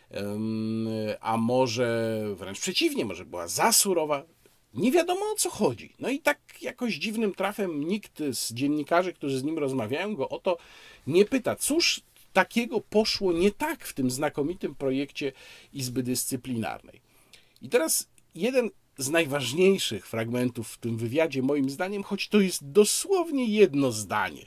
S1: a może wręcz przeciwnie, może była za surowa. Nie wiadomo, o co chodzi. No i tak jakoś dziwnym trafem nikt z dziennikarzy, którzy z nim rozmawiają, go o to nie pyta. Cóż takiego poszło nie tak w tym znakomitym projekcie Izby Dyscyplinarnej? I teraz jeden z najważniejszych fragmentów w tym wywiadzie, moim zdaniem, choć to jest dosłownie jedno zdanie.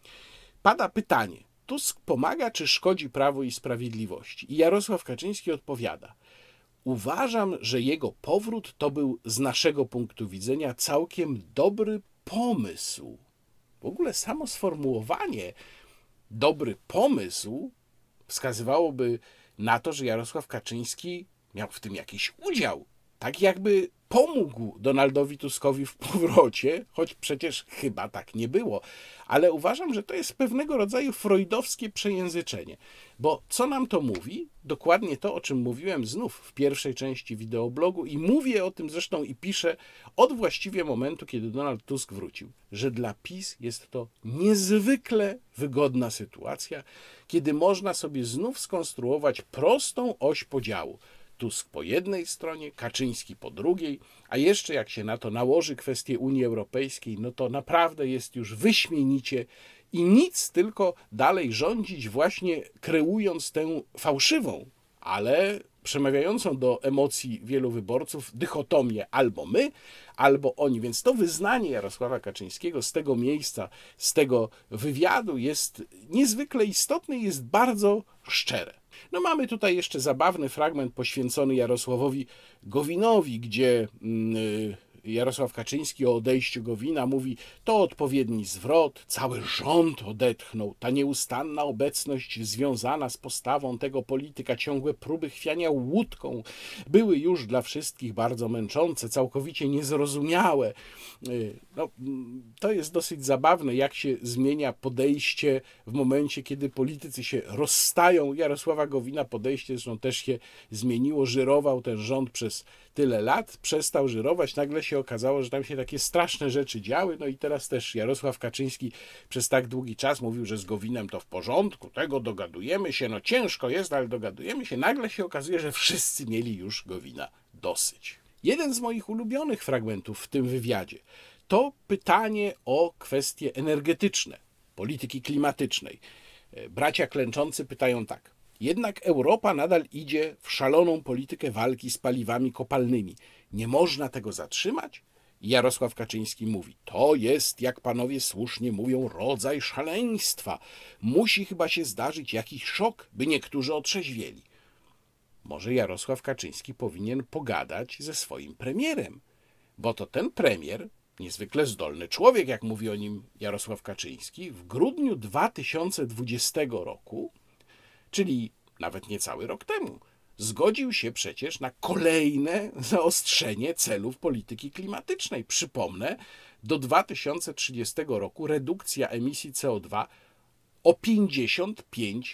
S1: Pada pytanie: Tusk pomaga czy szkodzi Prawu i Sprawiedliwości? I Jarosław Kaczyński odpowiada: uważam, że jego powrót to był z naszego punktu widzenia całkiem dobry pomysł. W ogóle samo sformułowanie dobry pomysł wskazywałoby na to, że Jarosław Kaczyński miał w tym jakiś udział. Tak jakby pomógł Donaldowi Tuskowi w powrocie, choć przecież chyba tak nie było. Ale uważam, że to jest pewnego rodzaju freudowskie przejęzyczenie. Bo co nam to mówi? Dokładnie to, o czym mówiłem znów w pierwszej części wideoblogu i mówię o tym zresztą i piszę od właściwie momentu, kiedy Donald Tusk wrócił, że dla PiS jest to niezwykle wygodna sytuacja, kiedy można sobie znów skonstruować prostą oś podziału. Tusk po jednej stronie, Kaczyński po drugiej, a jeszcze jak się na to nałoży kwestię Unii Europejskiej, no to naprawdę jest już wyśmienicie i nic, tylko dalej rządzić, właśnie kreując tę fałszywą, ale przemawiającą do emocji wielu wyborców dychotomię albo my, albo oni. Więc to wyznanie Jarosława Kaczyńskiego z tego miejsca, z tego wywiadu jest niezwykle istotne i jest bardzo szczere. No mamy tutaj jeszcze zabawny fragment poświęcony Jarosławowi Gowinowi, gdzie Jarosław Kaczyński o odejściu Gowina mówi: to odpowiedni zwrot, cały rząd odetchnął, ta nieustanna obecność związana z postawą tego polityka, ciągłe próby chwiania łódką były już dla wszystkich bardzo męczące, całkowicie niezrozumiałe. No, to jest dosyć zabawne, jak się zmienia podejście w momencie, kiedy politycy się rozstają. Jarosława Gowina podejście zresztą też się zmieniło, żyrował ten rząd przez tyle lat, przestał żyrować, nagle się okazało, że tam się takie straszne rzeczy działy, no i teraz też Jarosław Kaczyński przez tak długi czas mówił, że z Gowinem to w porządku, tego dogadujemy się, no ciężko jest, ale dogadujemy się, nagle się okazuje, że wszyscy mieli już Gowina dosyć. Jeden z moich ulubionych fragmentów w tym wywiadzie to pytanie o kwestie energetyczne, polityki klimatycznej. Bracia klęczący pytają tak: jednak Europa nadal idzie w szaloną politykę walki z paliwami kopalnymi. Nie można tego zatrzymać? I Jarosław Kaczyński mówi: to jest, jak panowie słusznie mówią, rodzaj szaleństwa. Musi chyba się zdarzyć jakiś szok, by niektórzy otrzeźwieli. Może Jarosław Kaczyński powinien pogadać ze swoim premierem, bo to ten premier, niezwykle zdolny człowiek, jak mówi o nim Jarosław Kaczyński, w grudniu 2020 roku, czyli nawet niecały rok temu, zgodził się przecież na kolejne zaostrzenie celów polityki klimatycznej. Przypomnę, do 2030 roku redukcja emisji CO2 o 55%.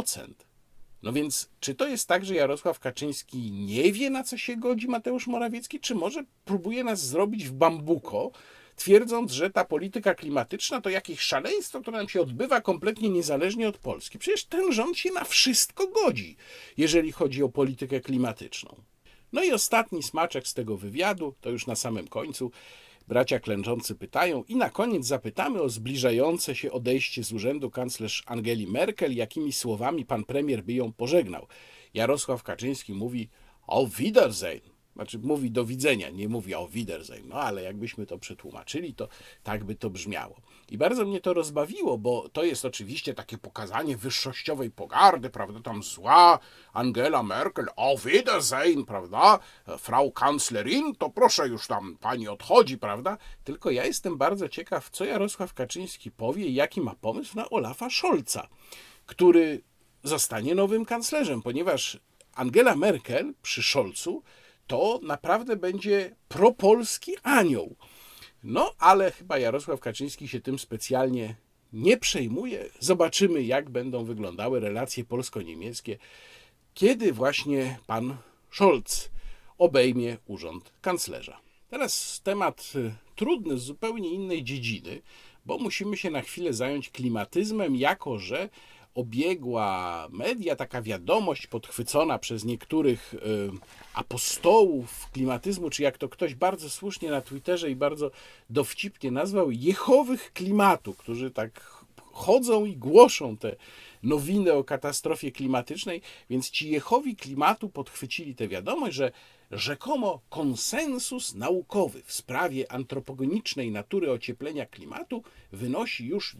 S1: No więc czy to jest tak, że Jarosław Kaczyński nie wie, na co się godzi Mateusz Morawiecki, czy może próbuje nas zrobić w bambuko, twierdząc, że ta polityka klimatyczna to jakieś szaleństwo, które nam się odbywa kompletnie niezależnie od Polski. Przecież ten rząd się na wszystko godzi, jeżeli chodzi o politykę klimatyczną. No i ostatni smaczek z tego wywiadu, to już na samym końcu, bracia klęczący pytają i na koniec zapytamy o zbliżające się odejście z urzędu kanclerz Angeli Merkel, jakimi słowami pan premier by ją pożegnał. Jarosław Kaczyński mówi: auf Wiedersehen. Znaczy mówi do widzenia, nie mówi auf Wiedersehen, no ale jakbyśmy to przetłumaczyli, to tak by to brzmiało. I bardzo mnie to rozbawiło, bo to jest oczywiście takie pokazanie wyższościowej pogardy, prawda, tam zła Angela Merkel, auf Wiedersehen, prawda, Frau Kanzlerin, to proszę już tam, pani odchodzi, prawda, tylko ja jestem bardzo ciekaw, co Jarosław Kaczyński powie i jaki ma pomysł na Olafa Scholza, który zostanie nowym kanclerzem, ponieważ Angela Merkel przy Scholzu to naprawdę będzie propolski anioł. No, ale chyba Jarosław Kaczyński się tym specjalnie nie przejmuje. Zobaczymy, jak będą wyglądały relacje polsko-niemieckie, kiedy właśnie pan Scholz obejmie urząd kanclerza. Teraz temat trudny z zupełnie innej dziedziny, bo musimy się na chwilę zająć klimatyzmem, jako że obiegła media taka wiadomość podchwycona przez niektórych apostołów klimatyzmu, czy jak to ktoś bardzo słusznie na Twitterze i bardzo dowcipnie nazwał, Jehowych klimatu, którzy tak chodzą i głoszą te nowiny o katastrofie klimatycznej, więc ci Jehowi klimatu podchwycili tę wiadomość, że rzekomo konsensus naukowy w sprawie antropogenicznej natury ocieplenia klimatu wynosi już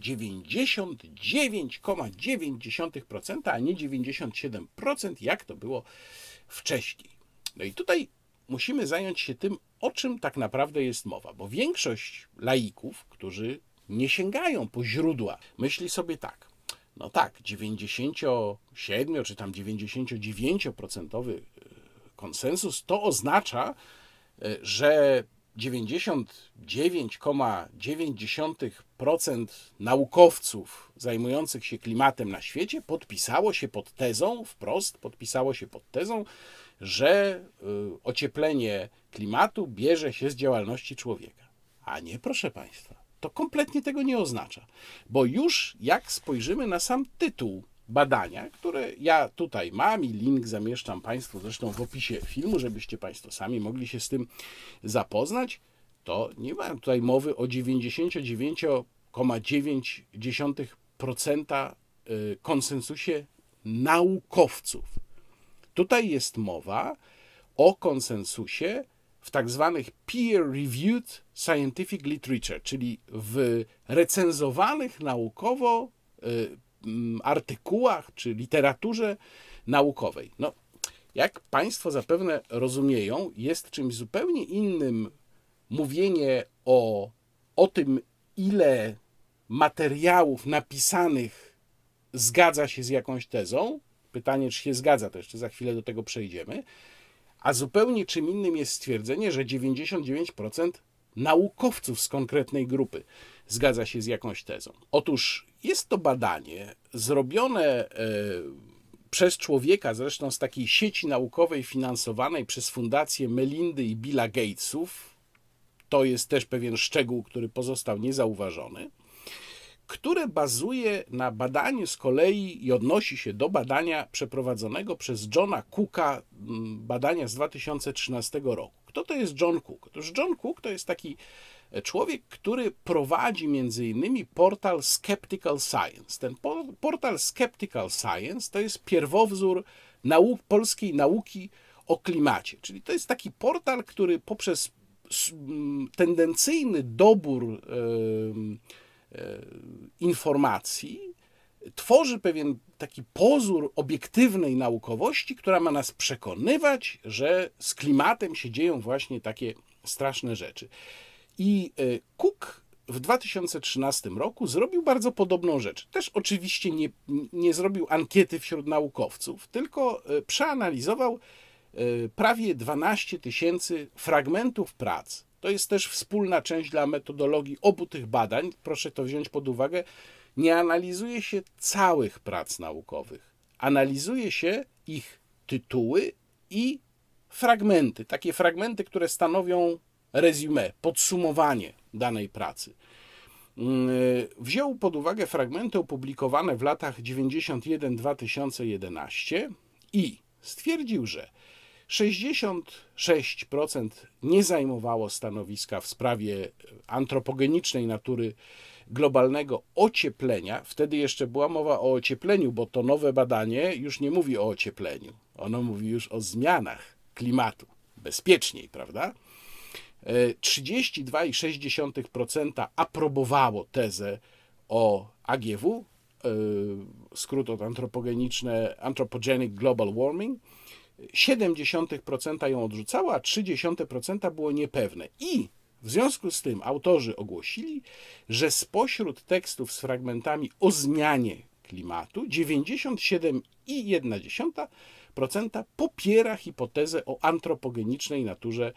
S1: 99,9%, a nie 97%, jak to było wcześniej. No i tutaj musimy zająć się tym, o czym tak naprawdę jest mowa, bo większość laików, którzy nie sięgają po źródła, myśli sobie tak, no tak, 97 czy tam 99% konsensus to oznacza, że 99,9% naukowców zajmujących się klimatem na świecie podpisało się pod tezą, że ocieplenie klimatu bierze się z działalności człowieka. A nie, proszę Państwa. To kompletnie tego nie oznacza, bo już jak spojrzymy na sam tytuł badania, które ja tutaj mam i link zamieszczam Państwu zresztą w opisie filmu, żebyście Państwo sami mogli się z tym zapoznać, to nie ma tutaj mowy o 99,9% konsensusie naukowców. Tutaj jest mowa o konsensusie w tak zwanych peer-reviewed scientific literature, czyli w recenzowanych naukowo artykułach czy literaturze naukowej. No, jak Państwo zapewne rozumieją, jest czymś zupełnie innym mówienie o tym, ile materiałów napisanych zgadza się z jakąś tezą. Pytanie, czy się zgadza, to jeszcze za chwilę do tego przejdziemy. A zupełnie czym innym jest stwierdzenie, że 99% naukowców z konkretnej grupy zgadza się z jakąś tezą. Otóż jest to badanie zrobione przez człowieka, zresztą z takiej sieci naukowej finansowanej przez fundację Melindy i Billa Gatesów. To jest też pewien szczegół, który pozostał niezauważony, które bazuje na badaniu z kolei i odnosi się do badania przeprowadzonego przez Johna Cooka, badania z 2013 roku. Kto to jest John Cook? Otóż John Cook to jest taki człowiek, który prowadzi między innymi portal Skeptical Science. Ten portal Skeptical Science to jest pierwowzór polskiej nauki o klimacie. Czyli to jest taki portal, który poprzez tendencyjny dobór informacji tworzy pewien taki pozór obiektywnej naukowości, która ma nas przekonywać, że z klimatem się dzieją właśnie takie straszne rzeczy. I Cook w 2013 roku zrobił bardzo podobną rzecz. Też oczywiście nie zrobił ankiety wśród naukowców, tylko przeanalizował prawie 12 000 fragmentów prac. To jest też wspólna część dla metodologii obu tych badań. Proszę to wziąć pod uwagę. Nie analizuje się całych prac naukowych. Analizuje się ich tytuły i fragmenty. Takie fragmenty, które stanowią resume, podsumowanie danej pracy. Wziął pod uwagę fragmenty opublikowane w latach 91-2011 i stwierdził, że 66% nie zajmowało stanowiska w sprawie antropogenicznej natury globalnego ocieplenia. Wtedy jeszcze była mowa o ociepleniu, bo to nowe badanie już nie mówi o ociepleniu. Ono mówi już o zmianach klimatu. Bezpieczniej, prawda? 32,6% aprobowało tezę o AGW, skrót od Anthropogenic Global Warming. 0,7% ją odrzucało, a 0,3% było niepewne. I w związku z tym autorzy ogłosili, że spośród tekstów z fragmentami o zmianie klimatu 97,1% popiera hipotezę o antropogenicznej naturze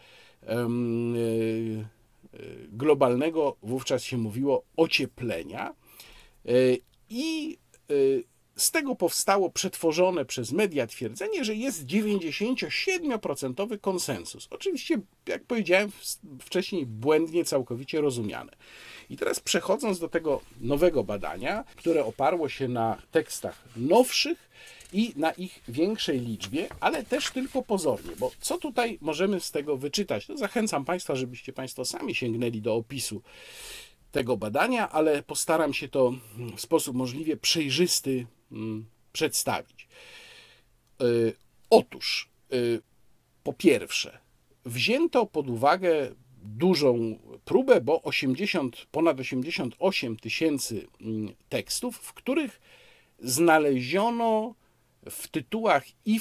S1: globalnego, wówczas się mówiło, ocieplenia. I z tego powstało przetworzone przez media twierdzenie, że jest 97% konsensus. Oczywiście, jak powiedziałem wcześniej, błędnie całkowicie rozumiane. I teraz przechodząc do tego nowego badania, które oparło się na tekstach nowszych i na ich większej liczbie, ale też tylko pozornie, bo co tutaj możemy z tego wyczytać? No, zachęcam Państwa, żebyście Państwo sami sięgnęli do opisu tego badania, ale postaram się to w sposób możliwie przejrzysty przedstawić. Otóż, po pierwsze, wzięto pod uwagę dużą próbę, bo ponad 88 tysięcy tekstów, w których znaleziono w tytułach i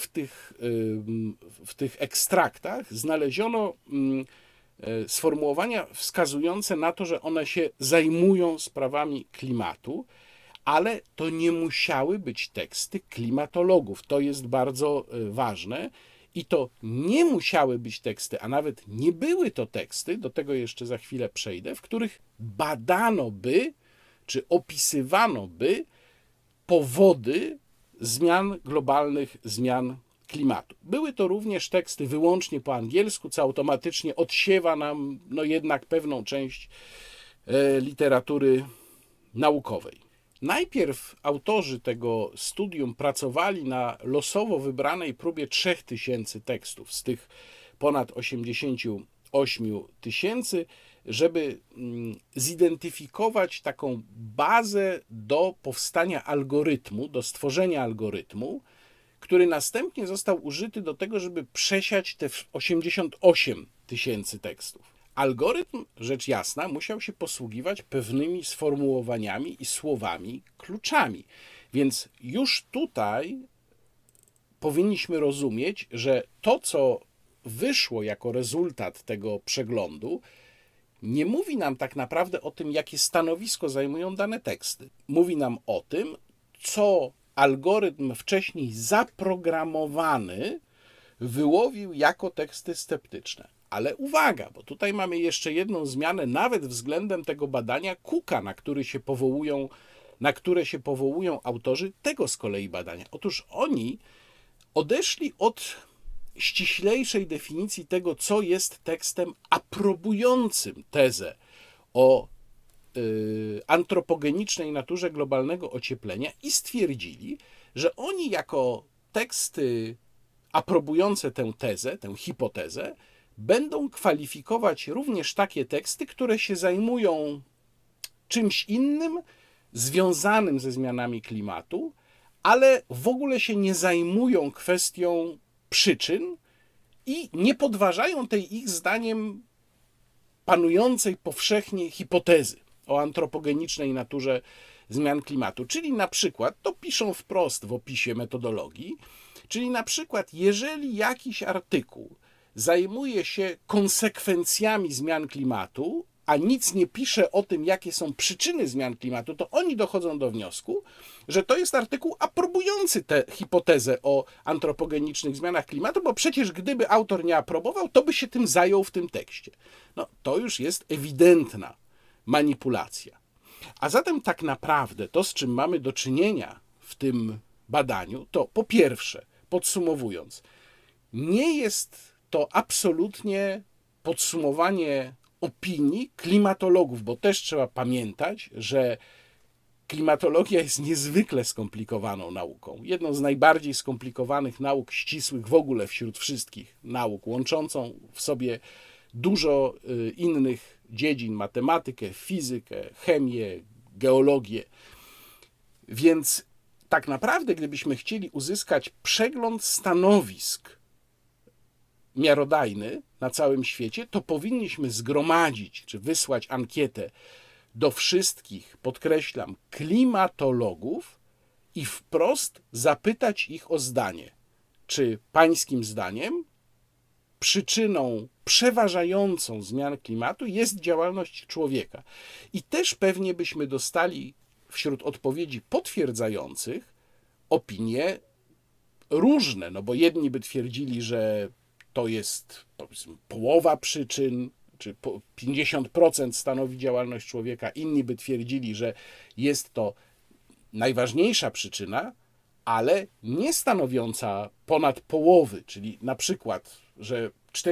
S1: w tych ekstraktach znaleziono sformułowania wskazujące na to, że one się zajmują sprawami klimatu, ale to nie musiały być teksty klimatologów. To jest bardzo ważne. I to nie musiały być teksty, a nawet nie były to teksty, do tego jeszcze za chwilę przejdę, w których badano by, czy opisywano by powody zmian globalnych, zmian klimatu. Były to również teksty wyłącznie po angielsku, co automatycznie odsiewa nam jednak pewną część literatury naukowej. Najpierw autorzy tego studium pracowali na losowo wybranej próbie 3000 tekstów z tych ponad 88 tysięcy, żeby zidentyfikować taką bazę do powstania algorytmu, do stworzenia algorytmu, który następnie został użyty do tego, żeby przesiać te 88 tysięcy tekstów. Algorytm, rzecz jasna, musiał się posługiwać pewnymi sformułowaniami i słowami, kluczami. Więc już tutaj powinniśmy rozumieć, że to, co wyszło jako rezultat tego przeglądu, nie mówi nam tak naprawdę o tym, jakie stanowisko zajmują dane teksty. Mówi nam o tym, co algorytm wcześniej zaprogramowany wyłowił jako teksty sceptyczne. Ale uwaga, bo tutaj mamy jeszcze jedną zmianę, nawet względem tego badania Cooka, na które się powołują autorzy tego z kolei badania. Otóż oni odeszli od ściślejszej definicji tego, co jest tekstem aprobującym tezę o antropogenicznej naturze globalnego ocieplenia i stwierdzili, że oni jako teksty aprobujące tę tezę, tę hipotezę, będą kwalifikować również takie teksty, które się zajmują czymś innym, związanym ze zmianami klimatu, ale w ogóle się nie zajmują kwestią przyczyn i nie podważają tej ich zdaniem panującej powszechnie hipotezy o antropogenicznej naturze zmian klimatu. Czyli na przykład, to piszą wprost w opisie metodologii, czyli na przykład, jeżeli jakiś artykuł zajmuje się konsekwencjami zmian klimatu, a nic nie pisze o tym, jakie są przyczyny zmian klimatu, to oni dochodzą do wniosku, że to jest artykuł aprobujący tę hipotezę o antropogenicznych zmianach klimatu, bo przecież gdyby autor nie aprobował, to by się tym zajął w tym tekście. No, to już jest ewidentna manipulacja. A zatem tak naprawdę to, z czym mamy do czynienia w tym badaniu, to po pierwsze, podsumowując, nie jest to absolutnie podsumowanie opinii klimatologów, bo też trzeba pamiętać, że klimatologia jest niezwykle skomplikowaną nauką. Jedną z najbardziej skomplikowanych nauk ścisłych w ogóle wśród wszystkich nauk, łączącą w sobie dużo innych dziedzin, matematykę, fizykę, chemię, geologię. Więc tak naprawdę, gdybyśmy chcieli uzyskać przegląd stanowisk miarodajny na całym świecie, to powinniśmy zgromadzić czy wysłać ankietę do wszystkich, podkreślam, klimatologów i wprost zapytać ich o zdanie, czy pańskim zdaniem przyczyną przeważającą zmian klimatu jest działalność człowieka. I też pewnie byśmy dostali wśród odpowiedzi potwierdzających opinie różne, no bo jedni by twierdzili, że to jest powiedzmy połowa przyczyn, czy 50% stanowi działalność człowieka, inni by twierdzili, że jest to najważniejsza przyczyna, ale nie stanowiąca ponad połowy, czyli na przykład, że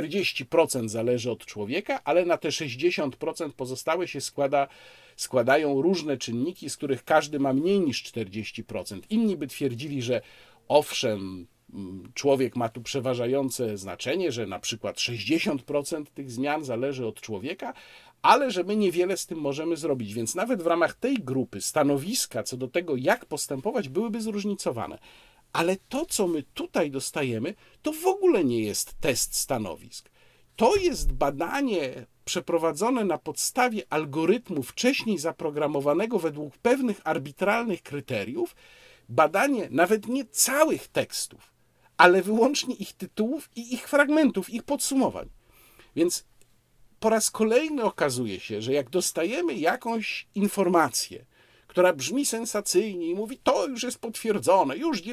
S1: 40% zależy od człowieka, ale na te 60% pozostałe się składają różne czynniki, z których każdy ma mniej niż 40%. Inni by twierdzili, że owszem, człowiek ma tu przeważające znaczenie, że na przykład 60% tych zmian zależy od człowieka, ale że my niewiele z tym możemy zrobić. Więc nawet w ramach tej grupy stanowiska co do tego, jak postępować, byłyby zróżnicowane. Ale to, co my tutaj dostajemy, to w ogóle nie jest test stanowisk. To jest badanie przeprowadzone na podstawie algorytmu wcześniej zaprogramowanego według pewnych arbitralnych kryteriów, badanie nawet nie całych tekstów, ale wyłącznie ich tytułów i ich fragmentów, ich podsumowań. Więc po raz kolejny okazuje się, że jak dostajemy jakąś informację, która brzmi sensacyjnie i mówi, to już jest potwierdzone, już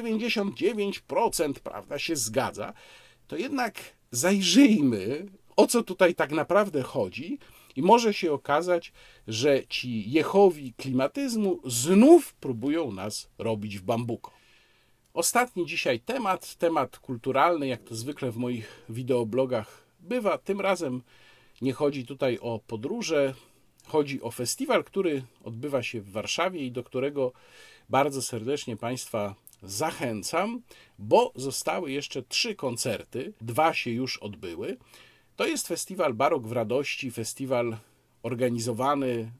S1: 99%, prawda, się zgadza, to jednak zajrzyjmy, o co tutaj tak naprawdę chodzi i może się okazać, że ci Jehowi klimatyzmu znów próbują nas robić w bambuko. Ostatni dzisiaj temat kulturalny, jak to zwykle w moich wideoblogach bywa. Tym razem nie chodzi tutaj o podróże, chodzi o festiwal, który odbywa się w Warszawie i do którego bardzo serdecznie Państwa zachęcam, bo zostały jeszcze 3 koncerty, 2 się już odbyły. To jest festiwal Barok w Radości, festiwal organizowany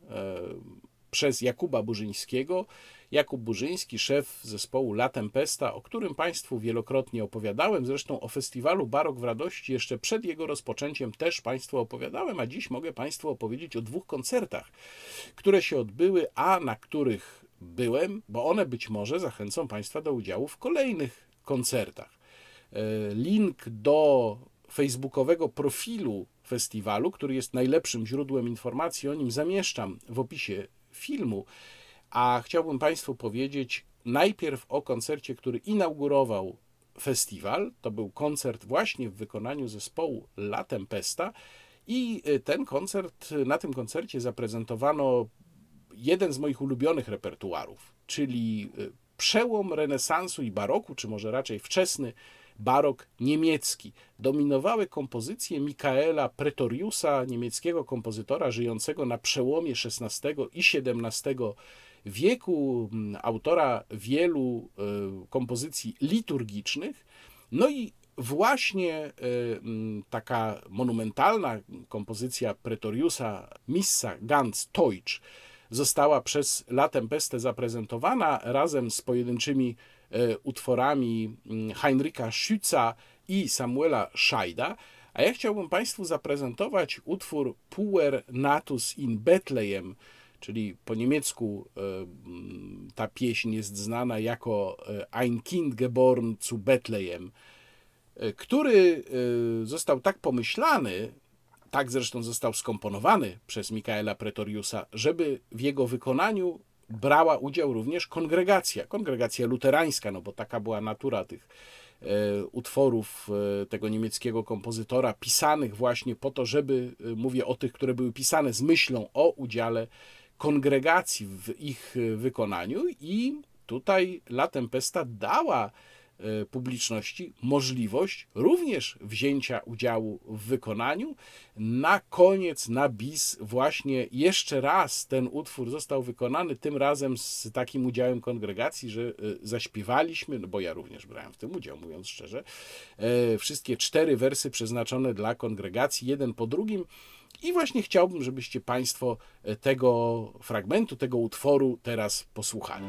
S1: przez Jakuba Burzyńskiego. Jakub Burzyński, szef zespołu La Tempesta, o którym Państwu wielokrotnie opowiadałem. Zresztą o festiwalu Barok w Radości jeszcze przed jego rozpoczęciem też Państwu opowiadałem, a dziś mogę Państwu opowiedzieć o 2 koncertach, które się odbyły, a na których byłem, bo one być może zachęcą Państwa do udziału w kolejnych koncertach. Link do facebookowego profilu festiwalu, który jest najlepszym źródłem informacji o nim, zamieszczam w opisie filmu. A chciałbym Państwu powiedzieć najpierw o koncercie, który inaugurował festiwal. To był koncert właśnie w wykonaniu zespołu La Tempesta i na tym koncercie zaprezentowano jeden z moich ulubionych repertuarów, czyli przełom renesansu i baroku, czy może raczej wczesny barok niemiecki. Dominowały kompozycje Michaela Pretoriusa, niemieckiego kompozytora żyjącego na przełomie XVI i XVII wieku, autora wielu kompozycji liturgicznych. No i właśnie taka monumentalna kompozycja Pretoriusa, Missa ganz Deutsch, została przez La Tempestę zaprezentowana razem z pojedynczymi utworami Heinricha Schütza i Samuela Scheida. A ja chciałbym Państwu zaprezentować utwór Puer natus in Bethlehem, czyli po niemiecku ta pieśń jest znana jako Ein Kind geboren zu Bethlehem, który został tak pomyślany, tak zresztą został skomponowany przez Michaela Pretoriusa, żeby w jego wykonaniu brała udział również kongregacja luterańska, no bo taka była natura tych utworów tego niemieckiego kompozytora, pisanych właśnie po to, żeby, mówię o tych, które były pisane z myślą o udziale kongregacji w ich wykonaniu, i tutaj La Tempesta dała publiczności możliwość również wzięcia udziału w wykonaniu. Na koniec, na bis, właśnie jeszcze raz ten utwór został wykonany, tym razem z takim udziałem kongregacji, że zaśpiewaliśmy, no bo ja również brałem w tym udział, mówiąc szczerze, wszystkie 4 wersy przeznaczone dla kongregacji, jeden po drugim. I właśnie chciałbym, żebyście Państwo tego fragmentu, tego utworu teraz posłuchali.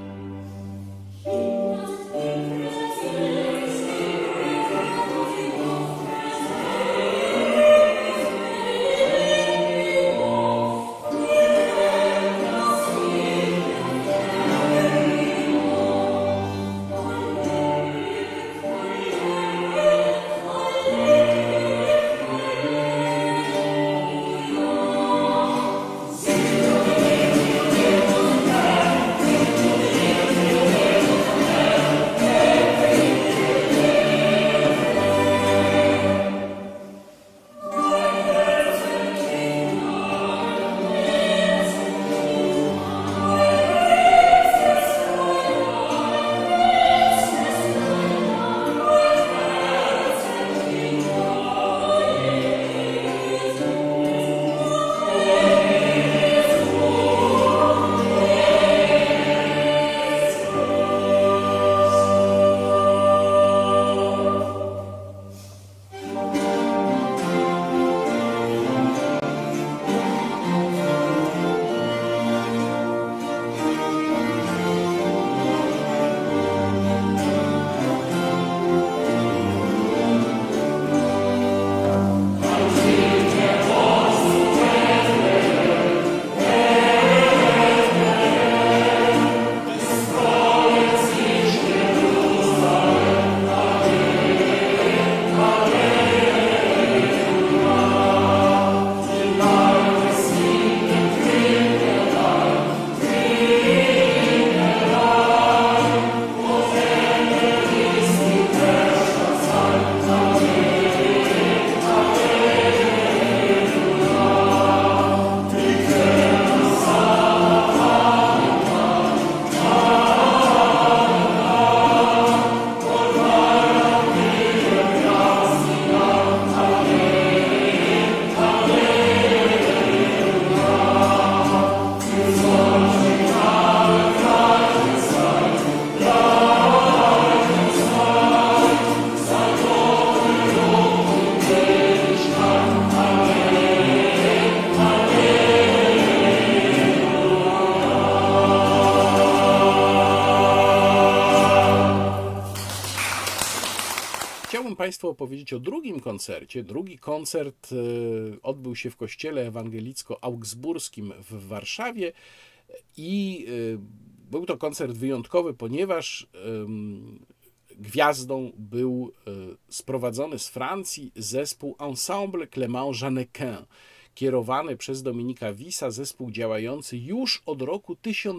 S1: Państwu opowiedzieć o drugim koncercie. Drugi koncert odbył się w kościele ewangelicko-augsburskim w Warszawie i był to koncert wyjątkowy, ponieważ gwiazdą był sprowadzony z Francji zespół Ensemble Clément Jeannequin, kierowany przez Dominika Wissa, zespół działający już od roku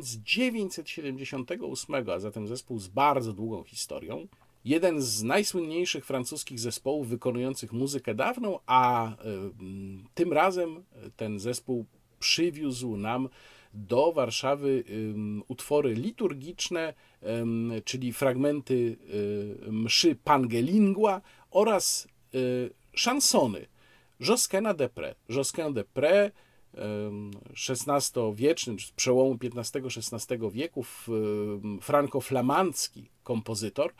S1: 1978, a zatem zespół z bardzo długą historią. Jeden z najsłynniejszych francuskich zespołów wykonujących muzykę dawną, a tym razem ten zespół przywiózł nam do Warszawy utwory liturgiczne, czyli fragmenty mszy Pangelingua oraz szansony Josquina des Prez. Josquin des Prez, XVI-wieczny, z przełomu XV-XVI wieku, franko-flamandzki kompozytor,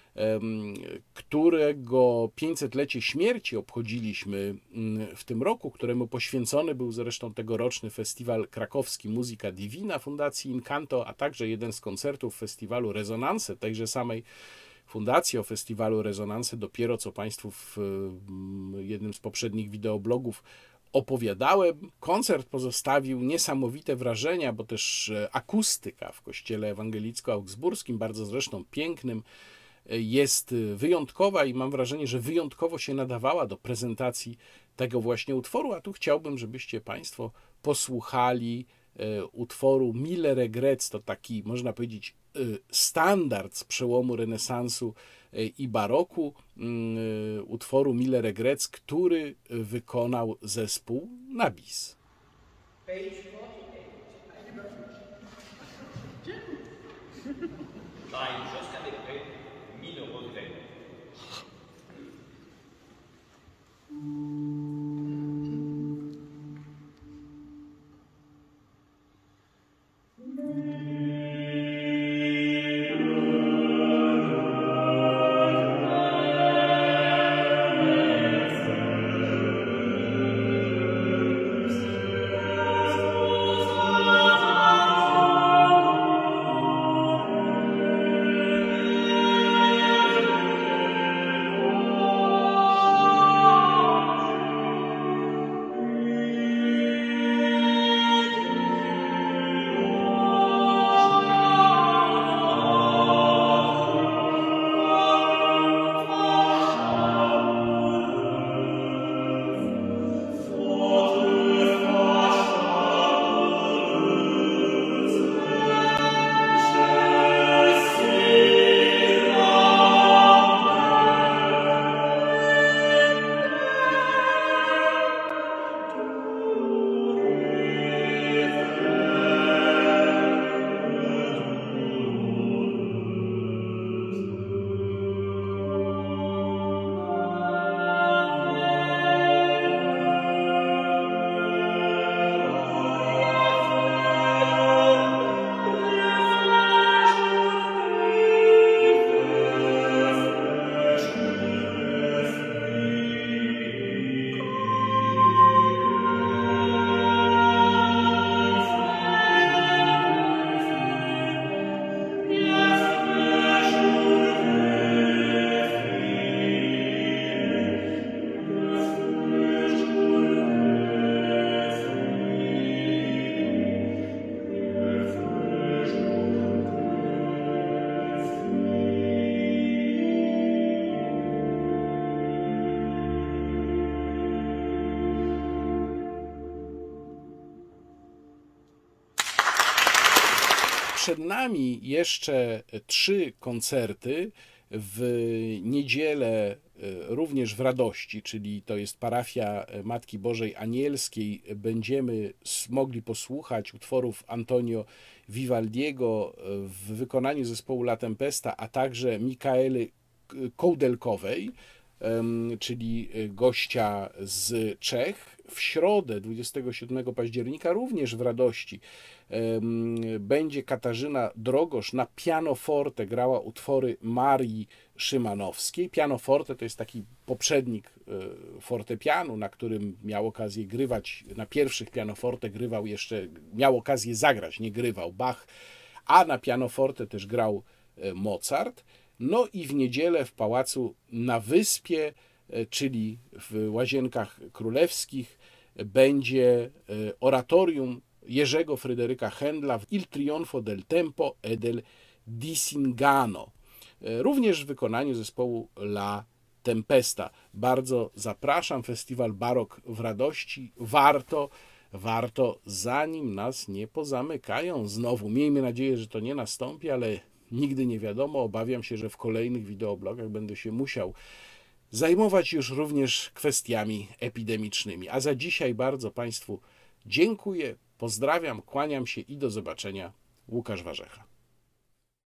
S1: którego 500-lecie śmierci obchodziliśmy w tym roku, któremu poświęcony był zresztą tegoroczny festiwal krakowski Musica Divina Fundacji Incanto, a także jeden z koncertów festiwalu Rezonanse, tejże samej fundacji. O festiwalu Rezonanse dopiero co Państwu w jednym z poprzednich wideoblogów opowiadałem. Koncert pozostawił niesamowite wrażenia, bo też akustyka w kościele ewangelicko-augsburskim, bardzo zresztą pięknym, jest wyjątkowa i mam wrażenie, że wyjątkowo się nadawała do prezentacji tego właśnie utworu, a tu chciałbym, żebyście Państwo posłuchali utworu Mille Regrets. To taki, można powiedzieć, standard z przełomu renesansu i baroku, utworu Mille Regrets, który wykonał zespół Nabis. Przed nami jeszcze 3 koncerty. W niedzielę również w Radości, czyli to jest parafia Matki Bożej Anielskiej, będziemy mogli posłuchać utworów Antonio Vivaldiego w wykonaniu zespołu La Tempesta, a także Mikaely Kołdelkowej, czyli gościa z Czech. W środę 27 października również w Radości będzie Katarzyna Drogosz na pianoforte grała utwory Marii Szymanowskiej. Pianoforte to jest taki poprzednik fortepianu, na którym miał okazję grywać, na pierwszych pianoforte grywał jeszcze, miał okazję zagrać, nie grywał Bach, a na pianoforte też grał Mozart. No i w niedzielę w Pałacu na Wyspie, czyli w Łazienkach Królewskich, będzie oratorium Jerzego Fryderyka Händla Il trionfo del tempo e del Disingano, również w wykonaniu zespołu La Tempesta. Bardzo zapraszam, festiwal Barok w Radości. Warto, zanim nas nie pozamykają znowu. Miejmy nadzieję, że to nie nastąpi, ale nigdy nie wiadomo. Obawiam się, że w kolejnych wideoblogach będę się musiał zajmować już również kwestiami epidemicznymi. A za dzisiaj bardzo Państwu dziękuję, pozdrawiam, kłaniam się i do zobaczenia. Łukasz Warzecha.